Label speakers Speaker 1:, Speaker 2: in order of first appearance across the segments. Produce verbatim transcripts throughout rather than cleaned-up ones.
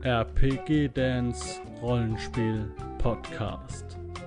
Speaker 1: R P G Dance Rollenspiel Podcast.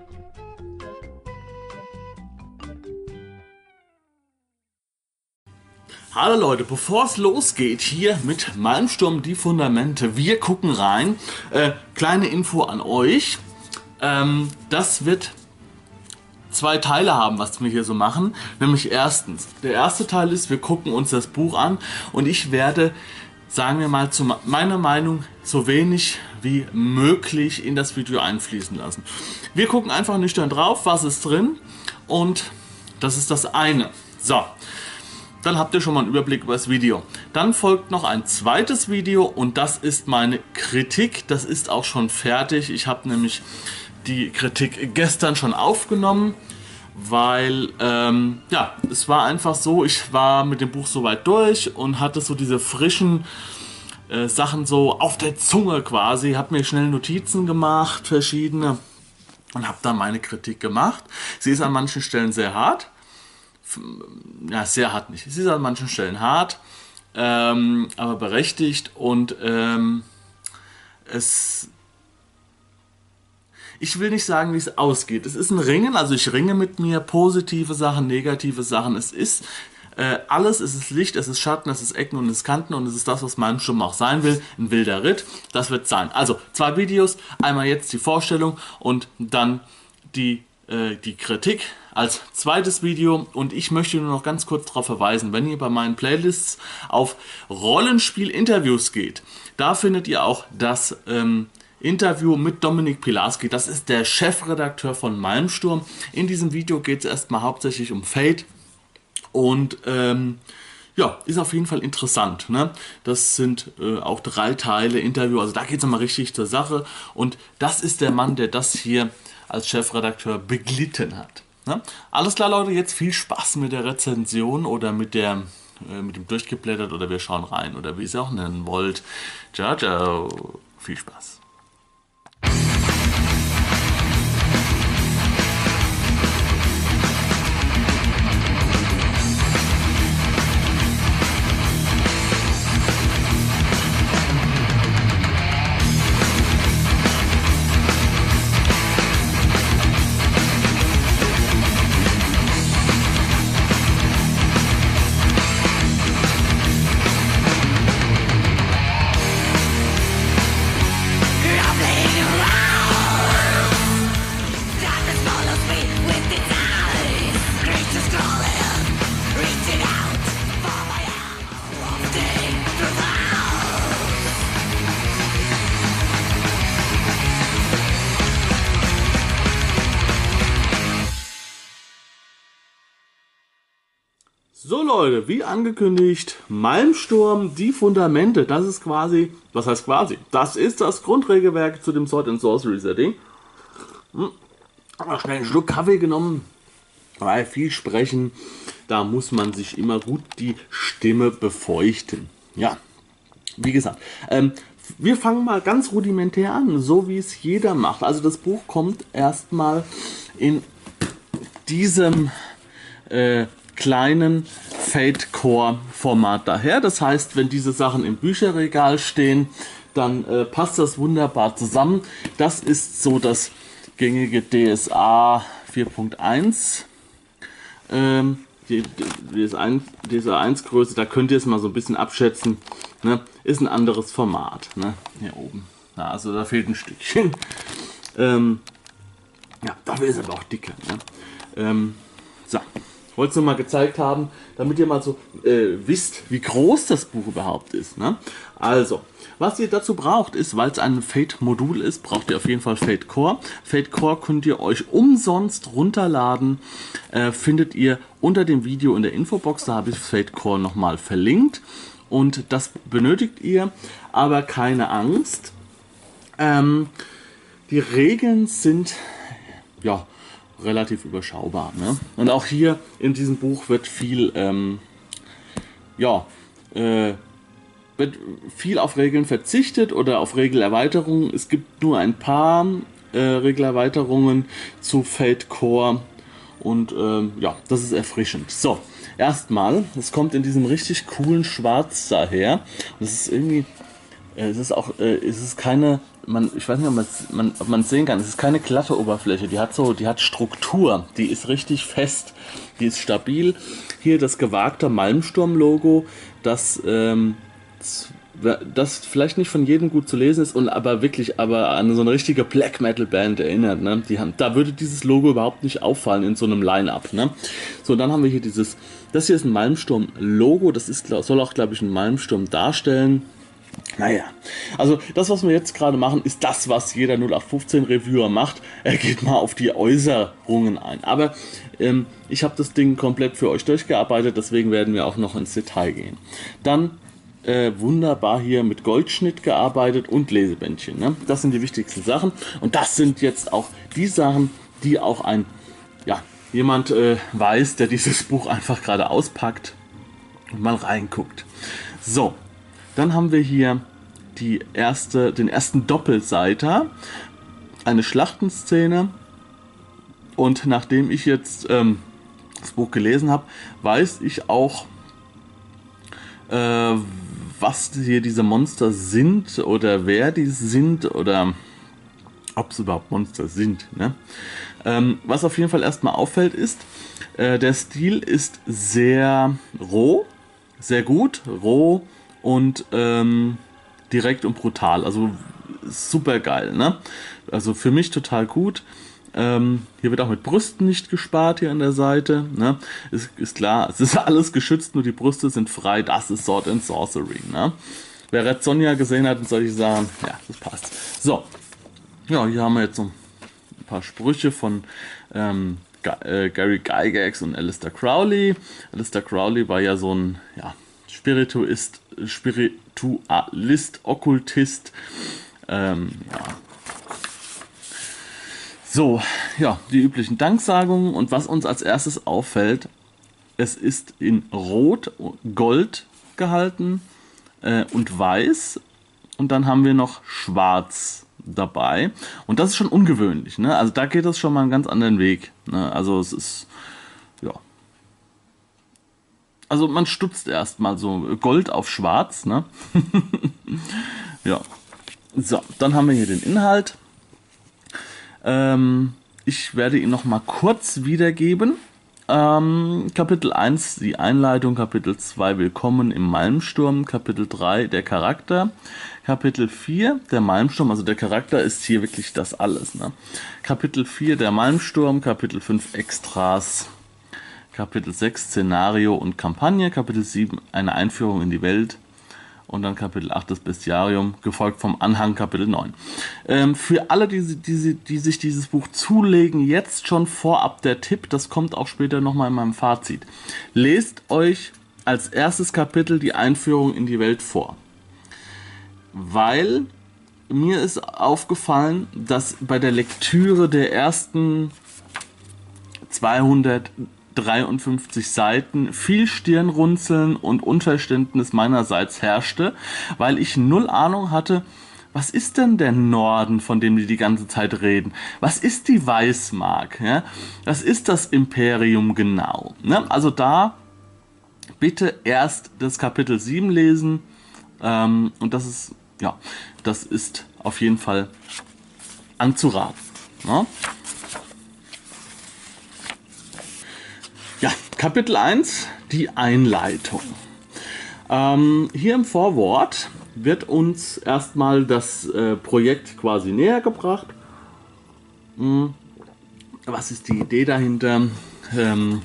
Speaker 2: Hallo Leute, bevor es losgeht hier mit Malmsturm die Fundamente, wir gucken rein. Äh, kleine Info an euch. Ähm, das wird zwei Teile haben, was wir hier so machen. Nämlich erstens, der erste Teil ist, wir gucken uns das Buch an und ich werde, sagen wir mal, zu meiner Meinung so wenig wie möglich in das Video einfließen lassen. Wir gucken einfach nüchtern drauf, was ist drin, und das ist das eine. So. Dann habt ihr schon mal einen Überblick über das Video. Dann folgt noch ein zweites Video und das ist meine Kritik. Das ist auch schon fertig. Ich habe nämlich die Kritik gestern schon aufgenommen, weil ähm, ja, es war einfach so, ich war mit dem Buch soweit durch und hatte so diese frischen äh, Sachen so auf der Zunge quasi. Habe mir schnell Notizen gemacht, verschiedene, und habe dann meine Kritik gemacht. Sie ist an manchen Stellen sehr hart. Ja, sehr hart nicht. Es ist an manchen Stellen hart, ähm, aber berechtigt, und ähm, es... Ich will nicht sagen, wie es ausgeht. Es ist ein Ringen, also ich ringe mit mir, positive Sachen, negative Sachen. Es ist äh, alles, es ist Licht, es ist Schatten, es ist Ecken und es ist Kanten, und es ist das, was Malmsturm auch sein will, ein wilder Ritt. Das wird sein. Also zwei Videos, einmal jetzt die Vorstellung und dann die, äh, die Kritik als zweites Video. Und ich möchte nur noch ganz kurz darauf verweisen, wenn ihr bei meinen Playlists auf Rollenspiel-Interviews geht, da findet ihr auch das ähm, Interview mit Dominik Pilarski. Das ist der Chefredakteur von Malmsturm. In diesem Video geht es erstmal hauptsächlich um Fate und ähm, ja, ist auf jeden Fall interessant, ne? Das sind äh, auch drei Teile Interview, also da geht es nochmal richtig zur Sache, und das ist der Mann, der das hier als Chefredakteur beglitten hat. Ne? Alles klar, Leute, jetzt viel Spaß mit der Rezension oder mit der äh, mit dem Durchgeblättert, oder wir schauen rein, oder wie ihr es auch nennen wollt. Ciao, ciao. Viel Spaß. So Leute, wie angekündigt, Malmsturm die Fundamente, das ist quasi, was heißt quasi, das ist das Grundregelwerk zu dem Sword and Sorcery Setting. Hm, aber schnell einen Schluck Kaffee genommen, weil viel sprechen, da muss man sich immer gut die Stimme befeuchten. Ja, wie gesagt, ähm, wir fangen mal ganz rudimentär an, so wie es jeder macht. Also das Buch kommt erstmal in diesem äh, kleinen Fate Core Format daher. Das heißt, wenn diese Sachen im Bücherregal stehen, dann äh, passt das wunderbar zusammen. Das ist so das gängige D S A vier Punkt eins. Ähm, die, die, D S A eins Größe, da könnt ihr es mal so ein bisschen abschätzen. Ne? Ist ein anderes Format. Ne? Hier oben. Na, also da fehlt ein Stückchen. ähm, ja, dafür ist aber auch dicker. Ne? Ähm, so. Wollte es nur mal gezeigt haben, damit ihr mal so äh, wisst, wie groß das Buch überhaupt ist. Ne? Also, was ihr dazu braucht, ist, weil es ein Fate-Modul ist, braucht ihr auf jeden Fall Fate Core. Fate Core könnt ihr euch umsonst runterladen. Äh, findet ihr unter dem Video in der Infobox, da habe ich Fate Core nochmal verlinkt. Und das benötigt ihr, aber keine Angst. Ähm, die Regeln sind, ja, relativ überschaubar. Ne? Und auch hier in diesem Buch wird viel, ähm, ja, äh, wird viel auf Regeln verzichtet oder auf Regelerweiterungen. Es gibt nur ein paar äh, Regelerweiterungen zu Fate Core, und ähm, ja, das ist erfrischend. So, erstmal, es kommt in diesem richtig coolen Schwarz daher. Das ist irgendwie es ist auch, äh, es ist keine, man, ich weiß nicht, ob man, ob man es sehen kann, es ist keine glatte Oberfläche, die hat so, die hat Struktur, die ist richtig fest, die ist stabil. Hier das gewagte Malmsturm-Logo, das, ähm, das vielleicht nicht von jedem gut zu lesen ist und aber wirklich aber an so eine richtige Black Metal Band erinnert, ne? Die haben, da würde dieses Logo überhaupt nicht auffallen in so einem Line-Up, ne? So, dann haben wir hier dieses, das hier ist ein Malmsturm Logo, das ist, soll auch, glaube ich, einen Malmsturm darstellen. Naja, also das, was wir jetzt gerade machen, ist das, was jeder null acht fünfzehn Reviewer macht. Er geht mal auf die Äußerungen ein. Aber ähm, ich habe das Ding komplett für euch durchgearbeitet, deswegen werden wir auch noch ins Detail gehen. Dann äh, wunderbar hier mit Goldschnitt gearbeitet und Lesebändchen. Ne? Das sind die wichtigsten Sachen. Und das sind jetzt auch die Sachen, die auch ein, ja, jemand äh, weiß, der dieses Buch einfach gerade auspackt und mal reinguckt. So. Dann haben wir hier die erste, den ersten Doppelseiter, eine Schlachtenszene. Und nachdem ich jetzt ähm, das Buch gelesen habe, weiß ich auch, äh, was hier diese Monster sind oder wer die sind oder ob es überhaupt Monster sind. Ne? Ähm, was auf jeden Fall erstmal auffällt ist, äh, der Stil ist sehr roh, sehr gut, roh, und ähm, direkt und brutal, also super geil, ne? Also für mich total gut. Ähm, hier wird auch mit Brüsten nicht gespart hier an der Seite, ne? Ist, ist klar, es ist alles geschützt, nur die Brüste sind frei, das ist Sword and Sorcery, ne? Wer Red Sonja gesehen hat und solche Sachen, ja, das passt. So, ja, hier haben wir jetzt so ein paar Sprüche von ähm, Gary Gygax und Aleister Crowley. Aleister Crowley war ja so ein, ja, Spirituist, Spiritualist, Okkultist. Ähm, ja. So, ja, die üblichen Danksagungen. Und was uns als erstes auffällt, es ist in Rot, Gold gehalten äh, und Weiß. Und dann haben wir noch Schwarz dabei. Und das ist schon ungewöhnlich. Ne? Also da geht es schon mal einen ganz anderen Weg. Ne? Also es ist, ja. Also man stutzt erstmal so Gold auf Schwarz, ne? Ja. So, dann haben wir hier den Inhalt. Ähm, ich werde ihn noch mal kurz wiedergeben. Ähm, Kapitel eins, die Einleitung. Kapitel zwei, Willkommen im Malmsturm. Kapitel drei, der Charakter. Kapitel vier, der Malmsturm. Also der Charakter ist hier wirklich das alles, ne? Kapitel vier, der Malmsturm. Kapitel fünf, Extras. Kapitel sechs, Szenario und Kampagne, Kapitel sieben, eine Einführung in die Welt und dann Kapitel acht, das Bestiarium, gefolgt vom Anhang Kapitel neun. Ähm, für alle, die, die, die sich dieses Buch zulegen, jetzt schon vorab der Tipp, das kommt auch später nochmal in meinem Fazit. Lest euch als erstes Kapitel die Einführung in die Welt vor. Weil mir ist aufgefallen, dass bei der Lektüre der ersten zweihundertdreiundfünfzig Seiten viel Stirnrunzeln und Unverständnis meinerseits herrschte, weil ich null Ahnung hatte, was ist denn der Norden, von dem die die ganze Zeit reden? Was ist die Weißmark? Ja? Was ist das Imperium genau? Ne? Also da bitte erst das Kapitel sieben lesen ähm, und das ist, ja, das ist auf jeden Fall anzuraten. Ne? Ja, Kapitel eins, die Einleitung. Ähm, hier im Vorwort wird uns erstmal das äh, Projekt quasi näher gebracht. Hm, was ist die Idee dahinter? Ähm,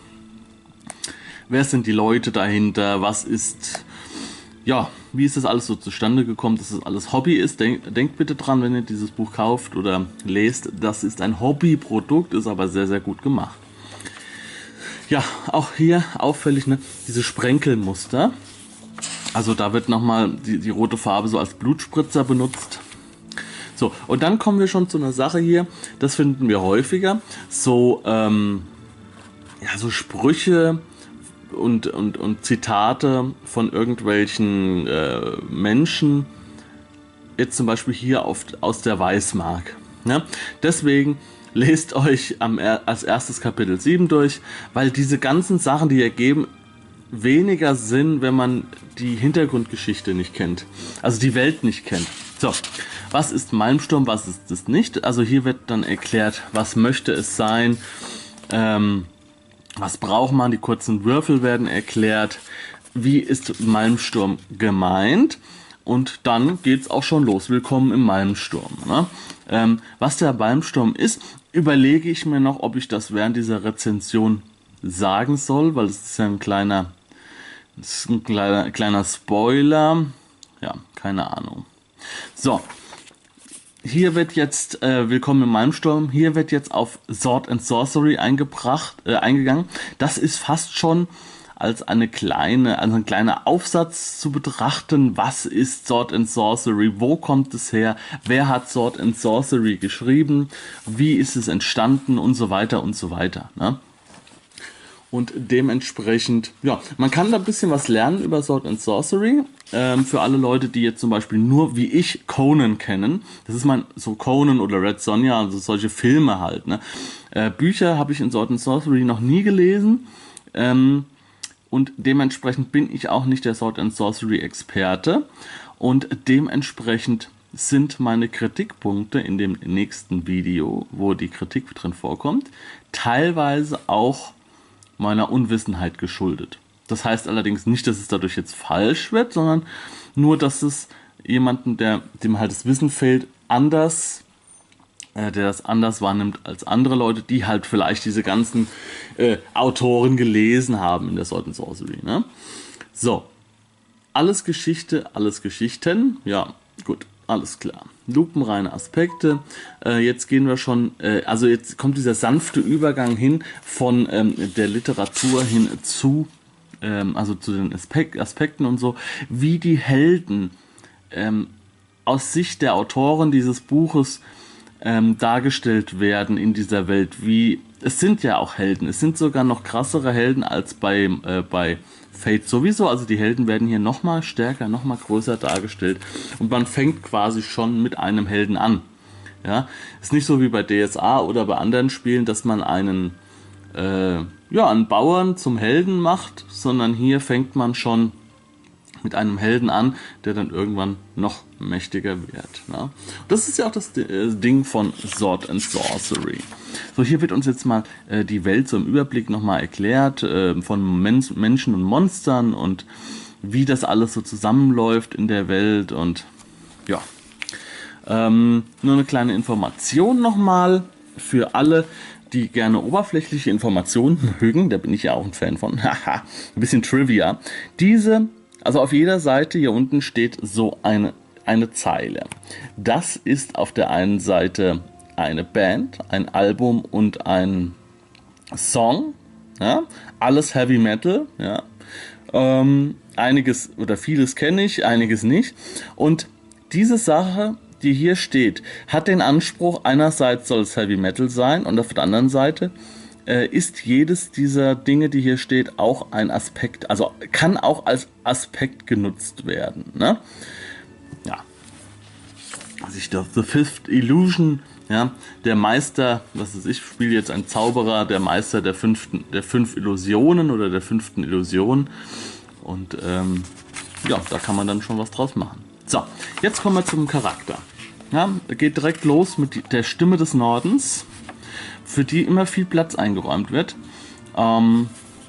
Speaker 2: wer sind die Leute dahinter? Was ist, ja, wie ist das alles so zustande gekommen, dass das alles Hobby ist? Denk, denkt bitte dran, wenn ihr dieses Buch kauft oder lest, das ist ein Hobbyprodukt, ist aber sehr, sehr gut gemacht. Ja, auch hier auffällig, ne, diese Sprenkelmuster. Also da wird nochmal die, die rote Farbe so als Blutspritzer benutzt. So, und dann kommen wir schon zu einer Sache hier, das finden wir häufiger. So, ähm, ja, so Sprüche und, und, und Zitate von irgendwelchen äh, Menschen. Jetzt zum Beispiel hier auf, aus der Weißmark. Ne? Deswegen lest euch am, als erstes Kapitel sieben durch, weil diese ganzen Sachen, die ergeben, weniger Sinn, wenn man die Hintergrundgeschichte nicht kennt. Also die Welt nicht kennt. So, was ist Malmsturm, was ist es nicht? Also hier wird dann erklärt, was möchte es sein, ähm, was braucht man, die kurzen Würfel werden erklärt, wie ist Malmsturm gemeint und dann geht's auch schon los. Willkommen im Malmsturm. Ne? Ähm, was der Malmsturm ist, überlege ich mir noch, ob ich das während dieser Rezension sagen soll, weil es ist ja ein kleiner, das ist ein kleiner, kleiner Spoiler. Ja, keine Ahnung. So, hier wird jetzt, äh, willkommen im Malmsturm, hier wird jetzt auf Sword and Sorcery eingebracht, äh, eingegangen. Das ist fast schon als eine kleine, also ein kleiner Aufsatz zu betrachten. Was ist Sword and Sorcery? Wo kommt es her? Wer hat Sword and Sorcery geschrieben? Wie ist es entstanden? Und so weiter und so weiter. Ne? Und dementsprechend, ja, man kann da ein bisschen was lernen über Sword and Sorcery. Ähm, für alle Leute, die jetzt zum Beispiel nur, wie ich, Conan kennen. Das ist mein, so Conan oder Red Sonja, also solche Filme halt. Ne? Äh, Bücher habe ich in Sword and Sorcery noch nie gelesen. Ähm, und dementsprechend bin ich auch nicht der Sword and Sorcery Experte. Und dementsprechend sind meine Kritikpunkte in dem nächsten Video, wo die Kritik drin vorkommt, teilweise auch meiner Unwissenheit geschuldet. Das heißt allerdings nicht, dass es dadurch jetzt falsch wird, sondern nur, dass es jemanden, der dem halt das Wissen fehlt, anders, äh, der das anders wahrnimmt als andere Leute, die halt vielleicht diese ganzen äh, Autoren gelesen haben in der Sword and Sorcery. Ne? So, alles Geschichte, alles Geschichten. Ja, gut, alles klar. Lupenreine Aspekte. Äh, jetzt gehen wir schon, äh, also jetzt kommt dieser sanfte Übergang hin von ähm, der Literatur hin zu, ähm, also zu den Aspek- Aspekten und so, wie die Helden ähm, aus Sicht der Autoren dieses Buches ähm, dargestellt werden in dieser Welt. Wie, es sind ja auch Helden, es sind sogar noch krassere Helden als bei, äh, bei Fate sowieso, also die Helden werden hier nochmal stärker, nochmal größer dargestellt und man fängt quasi schon mit einem Helden an. Ja, ist nicht so wie bei D S A oder bei anderen Spielen, dass man einen, äh, ja, einen Bauern zum Helden macht, sondern hier fängt man schon mit einem Helden an, der dann irgendwann noch mächtiger wird. Ne? Das ist ja auch das Ding von Sword and Sorcery. So, hier wird uns jetzt mal äh, die Welt so im Überblick nochmal erklärt, äh, von Men- Menschen und Monstern und wie das alles so zusammenläuft in der Welt und ja. Ähm, nur eine kleine Information nochmal für alle, die gerne oberflächliche Informationen mögen, da bin ich ja auch ein Fan von, haha, ein bisschen Trivia. Diese, also auf jeder Seite hier unten steht so eine, eine Zeile. Das ist auf der einen Seite eine Band, ein Album und ein Song, ja, alles Heavy Metal, ja, ähm, einiges oder vieles kenne ich, einiges nicht und diese Sache, die hier steht, hat den Anspruch, einerseits soll es Heavy Metal sein und auf der anderen Seite äh, ist jedes dieser Dinge, die hier steht, auch ein Aspekt, also kann auch als Aspekt genutzt werden, ne? Ja. Also ich dachte, The Fifth Illusion, ja, der Meister, was weiß ich, spiele jetzt ein Zauberer, der Meister der fünften, der fünf Illusionen oder der fünften Illusion und ähm, ja, da kann man dann schon was draus machen. So, jetzt kommen wir zum Charakter. Ja, geht direkt los mit der Stimme des Nordens, für die immer viel Platz eingeräumt wird. Ähm,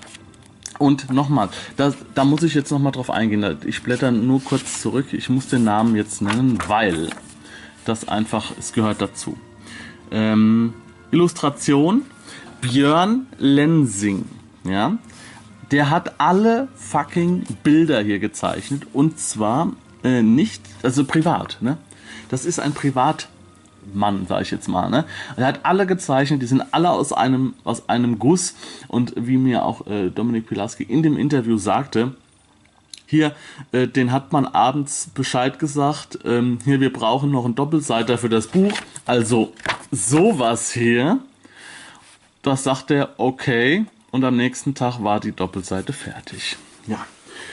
Speaker 2: und nochmal, da, da muss ich jetzt nochmal drauf eingehen. Ich blätter nur kurz zurück. Ich muss den Namen jetzt nennen, weil das einfach, es gehört dazu. Ähm, Illustration Björn Lensing. Ja, der hat alle fucking Bilder hier gezeichnet und zwar äh, nicht, also privat, ne? Das ist ein Privatmann, sage ich jetzt mal, ne? Er hat alle gezeichnet, die sind alle aus einem, aus einem Guss und wie mir auch äh, Dominik Pilarski in dem Interview sagte, hier, äh, den hat man abends Bescheid gesagt, ähm, hier, wir brauchen noch einen Doppelseiter für das Buch, also sowas hier, das sagt er, okay, und am nächsten Tag war die Doppelseite fertig. Ja,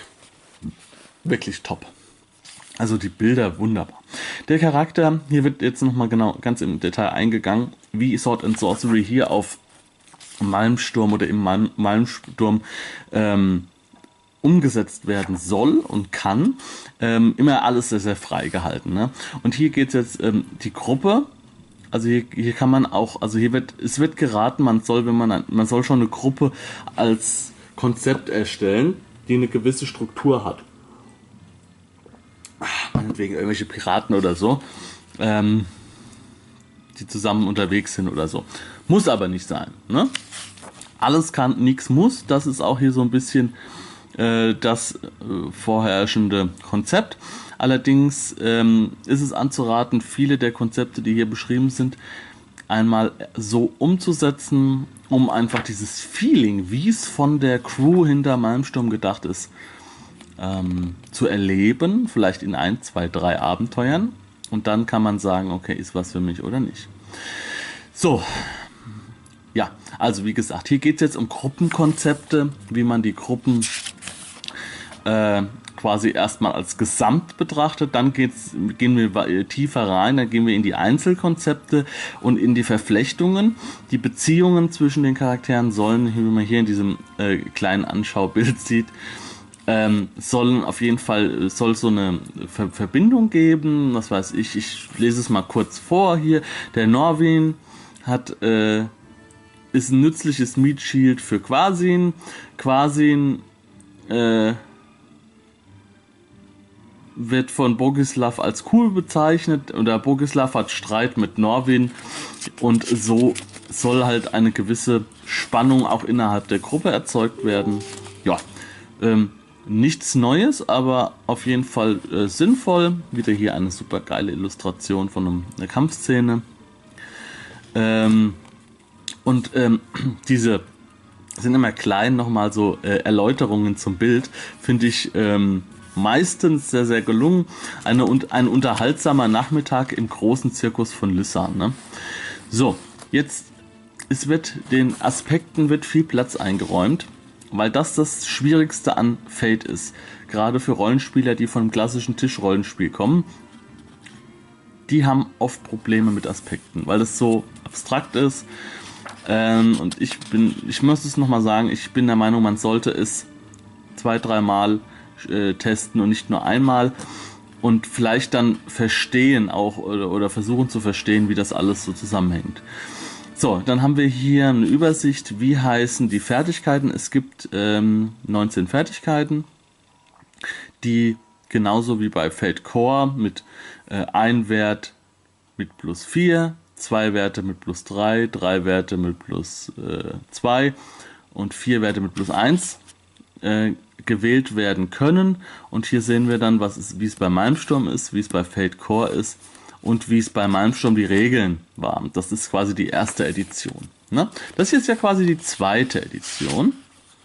Speaker 2: wirklich top. Also die Bilder wunderbar. Der Charakter, hier wird jetzt nochmal genau ganz im Detail eingegangen, wie Sword and Sorcery hier auf Malmsturm oder im Malm, Malmsturm ähm, umgesetzt werden soll und kann, ähm, immer alles sehr, sehr frei gehalten. Ne? Und hier geht es jetzt ähm, die Gruppe. Also hier, hier kann man auch, also hier wird, es wird geraten, man soll, wenn man, man soll schon eine Gruppe als Konzept erstellen, die eine gewisse Struktur hat. Meinetwegen irgendwelche Piraten oder so, ähm, die zusammen unterwegs sind oder so. Muss aber nicht sein. Ne? Alles kann, nichts muss. Das ist auch hier so ein bisschen äh, das äh, vorherrschende Konzept. Allerdings ähm, ist es anzuraten, viele der Konzepte, die hier beschrieben sind, einmal so umzusetzen, um einfach dieses Feeling, wie es von der Crew hinter Malmsturm gedacht ist, ähm, zu erleben, vielleicht in ein, zwei, drei Abenteuern. Und dann kann man sagen, okay, ist was für mich oder nicht. So, ja, also wie gesagt, hier geht es jetzt um Gruppenkonzepte, wie man die Gruppen äh, quasi erstmal als Gesamt betrachtet, dann geht's, gehen wir tiefer rein, dann gehen wir in die Einzelkonzepte und in die Verflechtungen. Die Beziehungen zwischen den Charakteren sollen, wie man hier in diesem äh, kleinen Anschaubild sieht, ähm, sollen auf jeden Fall, soll so eine Ver Verbindung geben, was weiß ich, ich lese es mal kurz vor hier. Der Norwin hat, äh, ist ein nützliches Meat Shield für Quasin. Quasin, äh, wird von Bogislav als cool bezeichnet, oder Bogislav hat Streit mit Norwin und so soll halt eine gewisse Spannung auch innerhalb der Gruppe erzeugt werden. Ja, ähm, nichts Neues, aber auf jeden Fall äh, sinnvoll. Wieder hier eine super geile Illustration von einem, einer Kampfszene. Ähm, und ähm, diese sind immer klein, nochmal so äh, Erläuterungen zum Bild, finde ich ähm, meistens sehr, sehr gelungen. Eine, ein unterhaltsamer Nachmittag im großen Zirkus von Lysan. Ne? So, jetzt es wird den Aspekten wird viel Platz eingeräumt, weil das das Schwierigste an Fate ist. Gerade für Rollenspieler, die von einem klassischen Tischrollenspiel kommen, die haben oft Probleme mit Aspekten, weil das so abstrakt ist. Ähm, und ich bin, ich muss es nochmal sagen, ich bin der Meinung, man sollte es zwei, dreimal testen und nicht nur einmal und vielleicht dann verstehen auch oder, oder versuchen zu verstehen, wie das alles so zusammenhängt. So, dann haben wir hier eine Übersicht, wie heißen die Fertigkeiten. Es gibt ähm, neunzehn Fertigkeiten, die genauso wie bei Fate Core mit äh, ein Wert mit plus vier, zwei Werte mit plus drei, drei Werte mit plus zwei äh, und vier Werte mit plus eins äh, gewählt werden können. Und hier sehen wir dann, was ist, wie es bei Malmsturm ist, wie es bei Fate Core ist und wie es bei Malmsturm die Regeln waren. Das ist quasi die erste Edition. Ne? Das hier ist ja quasi die zweite Edition.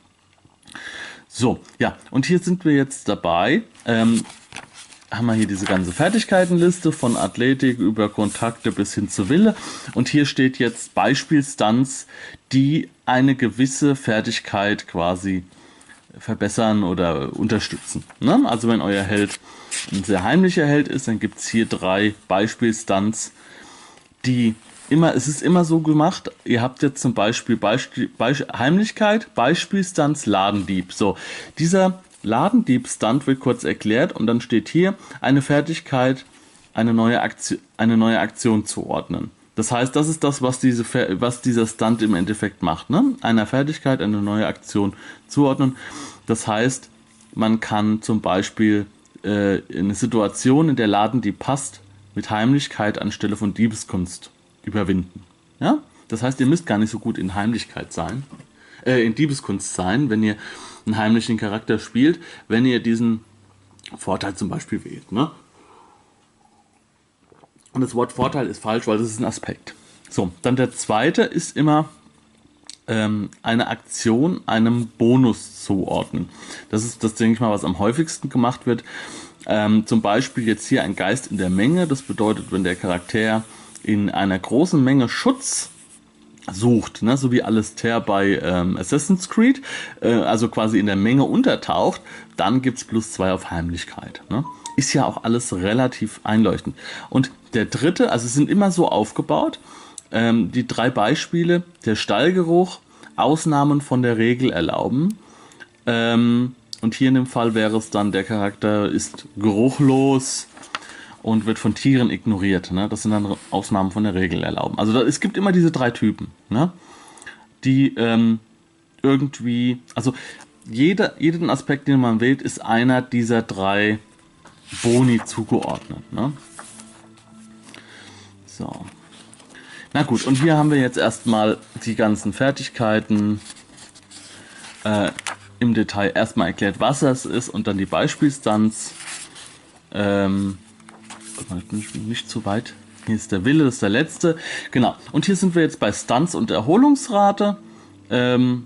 Speaker 2: So, ja, und hier sind wir jetzt dabei. Ähm, haben wir hier diese ganze Fertigkeitenliste von Athletik über Kontakte bis hin zu Wille. Und hier steht jetzt Beispielstunts, die eine gewisse Fertigkeit quasi verbessern oder unterstützen. Ne? Also wenn euer Held ein sehr heimlicher Held ist, dann gibt es hier drei Beispielstunts, die immer, es ist immer so gemacht, ihr habt jetzt zum Beispiel Beispiel, Beispiel, Heimlichkeit, Beispielstunts, Ladendieb. So, dieser Ladendieb-Stunt wird kurz erklärt und dann steht hier eine Fertigkeit, eine neue Aktion, eine neue Aktion zuordnen. Das heißt, das ist das, was, diese, was dieser Stunt im Endeffekt macht. Ne? Einer Fertigkeit eine neue Aktion zuordnen. Das heißt, man kann zum Beispiel äh, eine Situation, in der Ladendieb passt, mit Heimlichkeit anstelle von Diebeskunst überwinden. Ja? Das heißt, ihr müsst gar nicht so gut in Heimlichkeit sein, äh, in Diebeskunst sein, wenn ihr einen heimlichen Charakter spielt, wenn ihr diesen Vorteil zum Beispiel wählt. Ne? Und das Wort Vorteil ist falsch, weil das ist ein Aspekt. So, dann der zweite ist immer ähm, eine Aktion einem Bonus zuordnen. Das ist das, denke ich mal, was am häufigsten gemacht wird. Ähm, zum Beispiel jetzt hier ein Geist in der Menge. Das bedeutet, wenn der Charakter in einer großen Menge Schutz sucht, ne, so wie Alistair bei ähm, Assassin's Creed, äh, also quasi in der Menge untertaucht, dann gibt es plus zwei auf Heimlichkeit. Ne? Ist ja auch alles relativ einleuchtend. Und der dritte, also es sind immer so aufgebaut, ähm, die drei Beispiele, der Stallgeruch, Ausnahmen von der Regel erlauben, ähm, und hier in dem Fall wäre es dann, der Charakter ist geruchlos und wird von Tieren ignoriert. Ne? Das sind dann Ausnahmen von der Regel erlauben. Also da, es gibt immer diese drei Typen, ne? Die ähm, irgendwie, also jeder, jeden Aspekt, den man wählt, ist einer dieser drei Boni zugeordnet. Ne? So. Na gut, und hier haben wir jetzt erstmal die ganzen Fertigkeiten äh, im Detail erstmal erklärt, was das ist und dann die Beispielstunts. Ähm, nicht, nicht zu weit. Hier ist der Wille, das ist der letzte. Genau. Und hier sind wir jetzt bei Stunts und Erholungsrate. Ähm,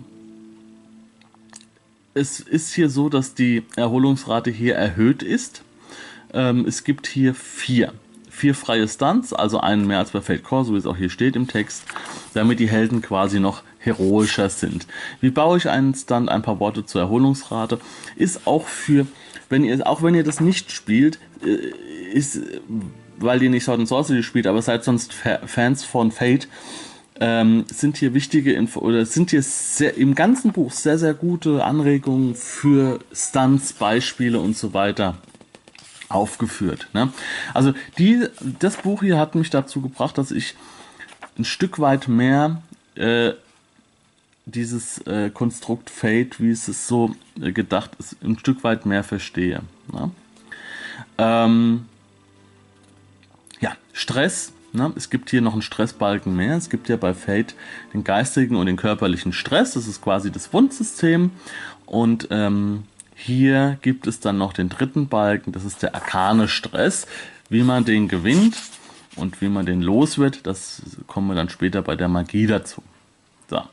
Speaker 2: es ist hier so, dass die Erholungsrate hier erhöht ist. Ähm, es gibt hier vier. Vier freie Stunts, also einen mehr als bei Fate Core, so wie es auch hier steht im Text, damit die Helden quasi noch heroischer sind. Wie baue ich einen Stunt? Ein paar Worte zur Erholungsrate. Ist auch für, wenn ihr, auch wenn ihr das nicht spielt, ist, weil ihr nicht Sword and Sorcery spielt, aber seid sonst Fans von Fate, ähm, sind hier wichtige Info oder sind hier sehr, im ganzen Buch sehr, sehr gute Anregungen für Stunts, Beispiele und so weiter aufgeführt. Ne? Also die, das Buch hier hat mich dazu gebracht, dass ich ein Stück weit mehr äh, dieses äh, Konstrukt Fate, wie es ist so äh, gedacht ist, ein Stück weit mehr verstehe. Ne? Ähm, ja, Stress. Ne? Es gibt hier noch einen Stressbalken mehr. Es gibt ja bei Fate den geistigen und den körperlichen Stress. Das ist quasi das Wundsystem. Und ähm, hier gibt es dann noch den dritten Balken, das ist der arkane Stress. Wie man den gewinnt und wie man den los wird, das kommen wir dann später bei der Magie dazu. So.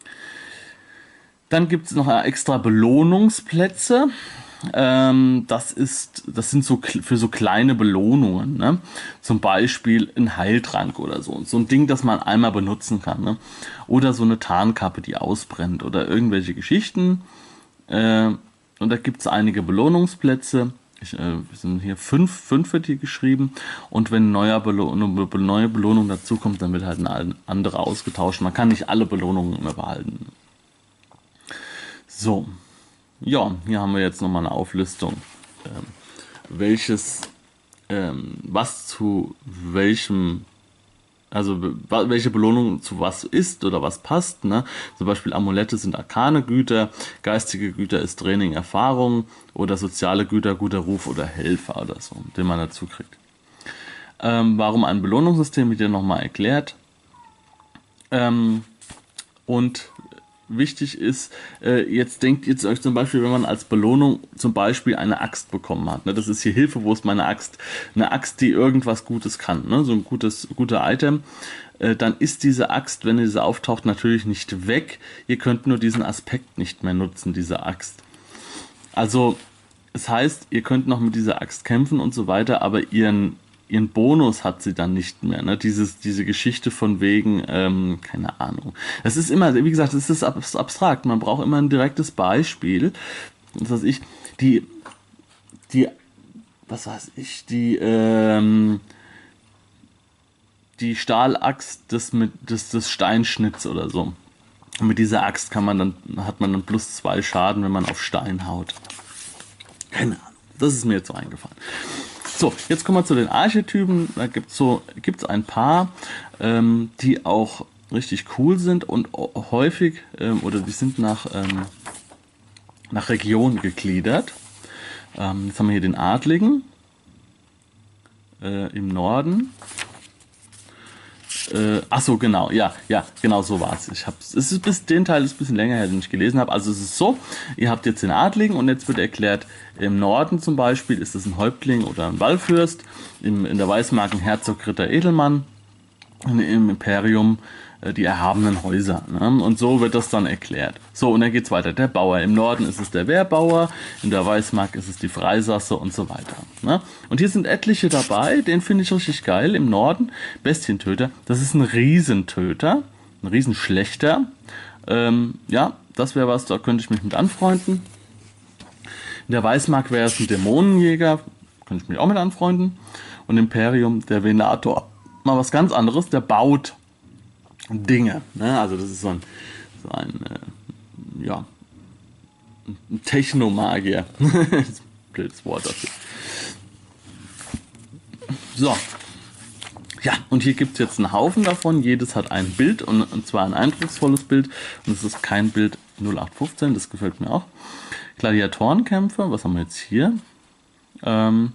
Speaker 2: Dann gibt es noch extra Belohnungsplätze. Ähm, das, ist, das sind so für so kleine Belohnungen. Ne? Zum Beispiel ein Heiltrank oder so. So ein Ding, das man einmal benutzen kann. Ne? Oder so eine Tarnkappe, die ausbrennt. Oder irgendwelche Geschichten. Äh, Und da gibt es einige Belohnungsplätze. Ich, äh, sind hier fünf, fünf wird hier geschrieben. Und wenn neuer Belo eine neue Belohnung dazu kommt, dann wird halt eine andere ausgetauscht. Man kann nicht alle Belohnungen immer behalten. So. Ja, hier haben wir jetzt nochmal eine Auflistung. Ähm, welches, ähm, was zu welchem, also welche Belohnung zu was ist oder was passt. Ne? Zum Beispiel Amulette sind arkane Güter, geistige Güter ist Training, Erfahrung oder soziale Güter, guter Ruf oder Helfer oder so, den man dazu kriegt. Ähm, warum ein Belohnungssystem, wird dir nochmal erklärt. Ähm, und wichtig ist, äh, jetzt denkt jetzt euch zum Beispiel, wenn man als Belohnung zum Beispiel eine Axt bekommen hat. Ne? Das ist hier Hilfe, wo ist meine Axt? Eine Axt, die irgendwas Gutes kann, ne? So ein gutes, guter Item. Äh, dann ist diese Axt, wenn diese auftaucht, natürlich nicht weg. Ihr könnt nur diesen Aspekt nicht mehr nutzen, diese Axt. Also, es heißt, ihr könnt noch mit dieser Axt kämpfen und so weiter, aber ihren ihren Bonus hat sie dann nicht mehr. Ne? Dieses, diese Geschichte von wegen, ähm, keine Ahnung. Das ist immer, wie gesagt, das ist abstrakt. Man braucht immer ein direktes Beispiel. Das heißt ich, die, die, was weiß ich, die, ähm, die Stahlaxt des, mit, des, des Steinschnitts oder so. Und mit dieser Axt kann man dann, hat man dann plus zwei Schaden, wenn man auf Stein haut. Keine Ahnung. Das ist mir jetzt so eingefallen. So, jetzt kommen wir zu den Archetypen. Da gibt es so, gibt's ein paar, ähm, die auch richtig cool sind und häufig, ähm, oder die sind nach, ähm, nach Region gegliedert. Ähm, jetzt haben wir hier den Adligen äh, im Norden. Äh, ach so, genau, ja, ja, genau so war es. Ich hab's, es ist bis, den Teil ist ein bisschen länger her, den ich gelesen habe. Also es ist so, ihr habt jetzt den Adligen und jetzt wird erklärt, im Norden zum Beispiel ist es ein Häuptling oder ein Wallfürst, im, in der Weißmark ein Herzog, Ritter, Edelmann, im Imperium äh, die erhabenen Häuser. Ne? Und so wird das dann erklärt. So, und dann geht's weiter. Der Bauer. Im Norden ist es der Wehrbauer, in der Weißmark ist es die Freisasse und so weiter. Ne? Und hier sind etliche dabei, den finde ich richtig geil. Im Norden, Bestientöter. Das ist ein Riesentöter, ein Riesenschlechter. Ähm, ja, das wäre was, da könnte ich mich mit anfreunden. In der Weißmark wäre es ein Dämonenjäger, könnte ich mich auch mit anfreunden. Und Imperium, der Venator. Mal was ganz anderes, der baut Dinge. Ne? Also das ist so ein, so ein äh, ja, ein Technomagier. Blödes Wort dafür. So. Ja, und hier gibt es jetzt einen Haufen davon. Jedes hat ein Bild und, und zwar ein eindrucksvolles Bild. Und es ist kein Bild null acht fünfzehn, das gefällt mir auch. Gladiatorenkämpfe, was haben wir jetzt hier? Ähm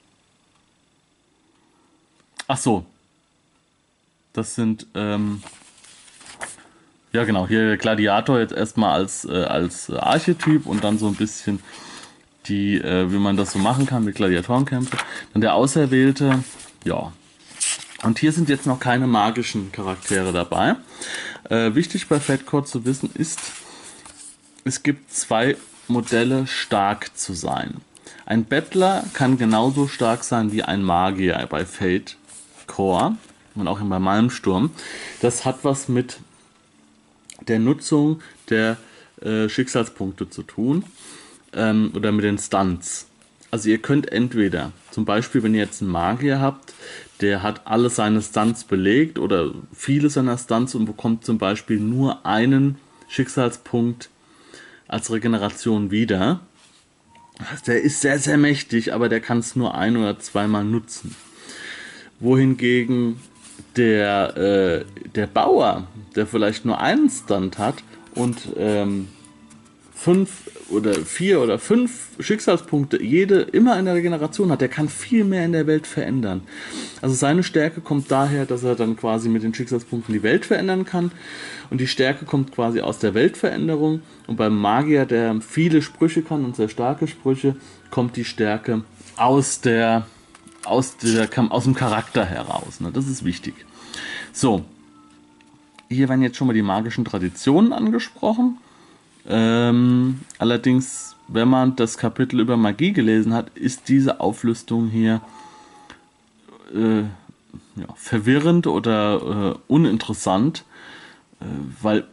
Speaker 2: Ach so. Das sind, ähm ja genau, hier der Gladiator jetzt erstmal als, äh, als Archetyp und dann so ein bisschen die, äh, wie man das so machen kann mit Gladiatorenkämpfen. Dann der Auserwählte, ja. Und hier sind jetzt noch keine magischen Charaktere dabei. Äh, wichtig bei Fatcore zu wissen ist, es gibt zwei Modelle, stark zu sein. Ein Bettler kann genauso stark sein wie ein Magier bei Fatcore und auch bei Malmsturm. Das hat was mit der Nutzung der äh, Schicksalspunkte zu tun ähm, oder mit den Stunts. Also ihr könnt entweder, zum Beispiel wenn ihr jetzt einen Magier habt, der hat alle seine Stunts belegt oder viele seiner Stunts und bekommt zum Beispiel nur einen Schicksalspunkt als Regeneration wieder. Der ist sehr, sehr mächtig, aber der kann es nur ein- oder zweimal nutzen. Wohingegen der, äh, der Bauer, der vielleicht nur einen Stunt hat und ähm, fünf oder vier oder fünf Schicksalspunkte, jede immer in der Regeneration hat, der kann viel mehr in der Welt verändern. Also seine Stärke kommt daher, dass er dann quasi mit den Schicksalspunkten die Welt verändern kann. Und die Stärke kommt quasi aus der Weltveränderung. Und beim Magier, der viele Sprüche kann und sehr starke Sprüche, kommt die Stärke aus der aus, der, aus dem Charakter heraus. Ne? Das ist wichtig. So, hier werden jetzt schon mal die magischen Traditionen angesprochen. Ähm, allerdings, wenn man das Kapitel über Magie gelesen hat, ist diese Auflistung hier äh, ja, verwirrend oder äh, uninteressant, äh, weil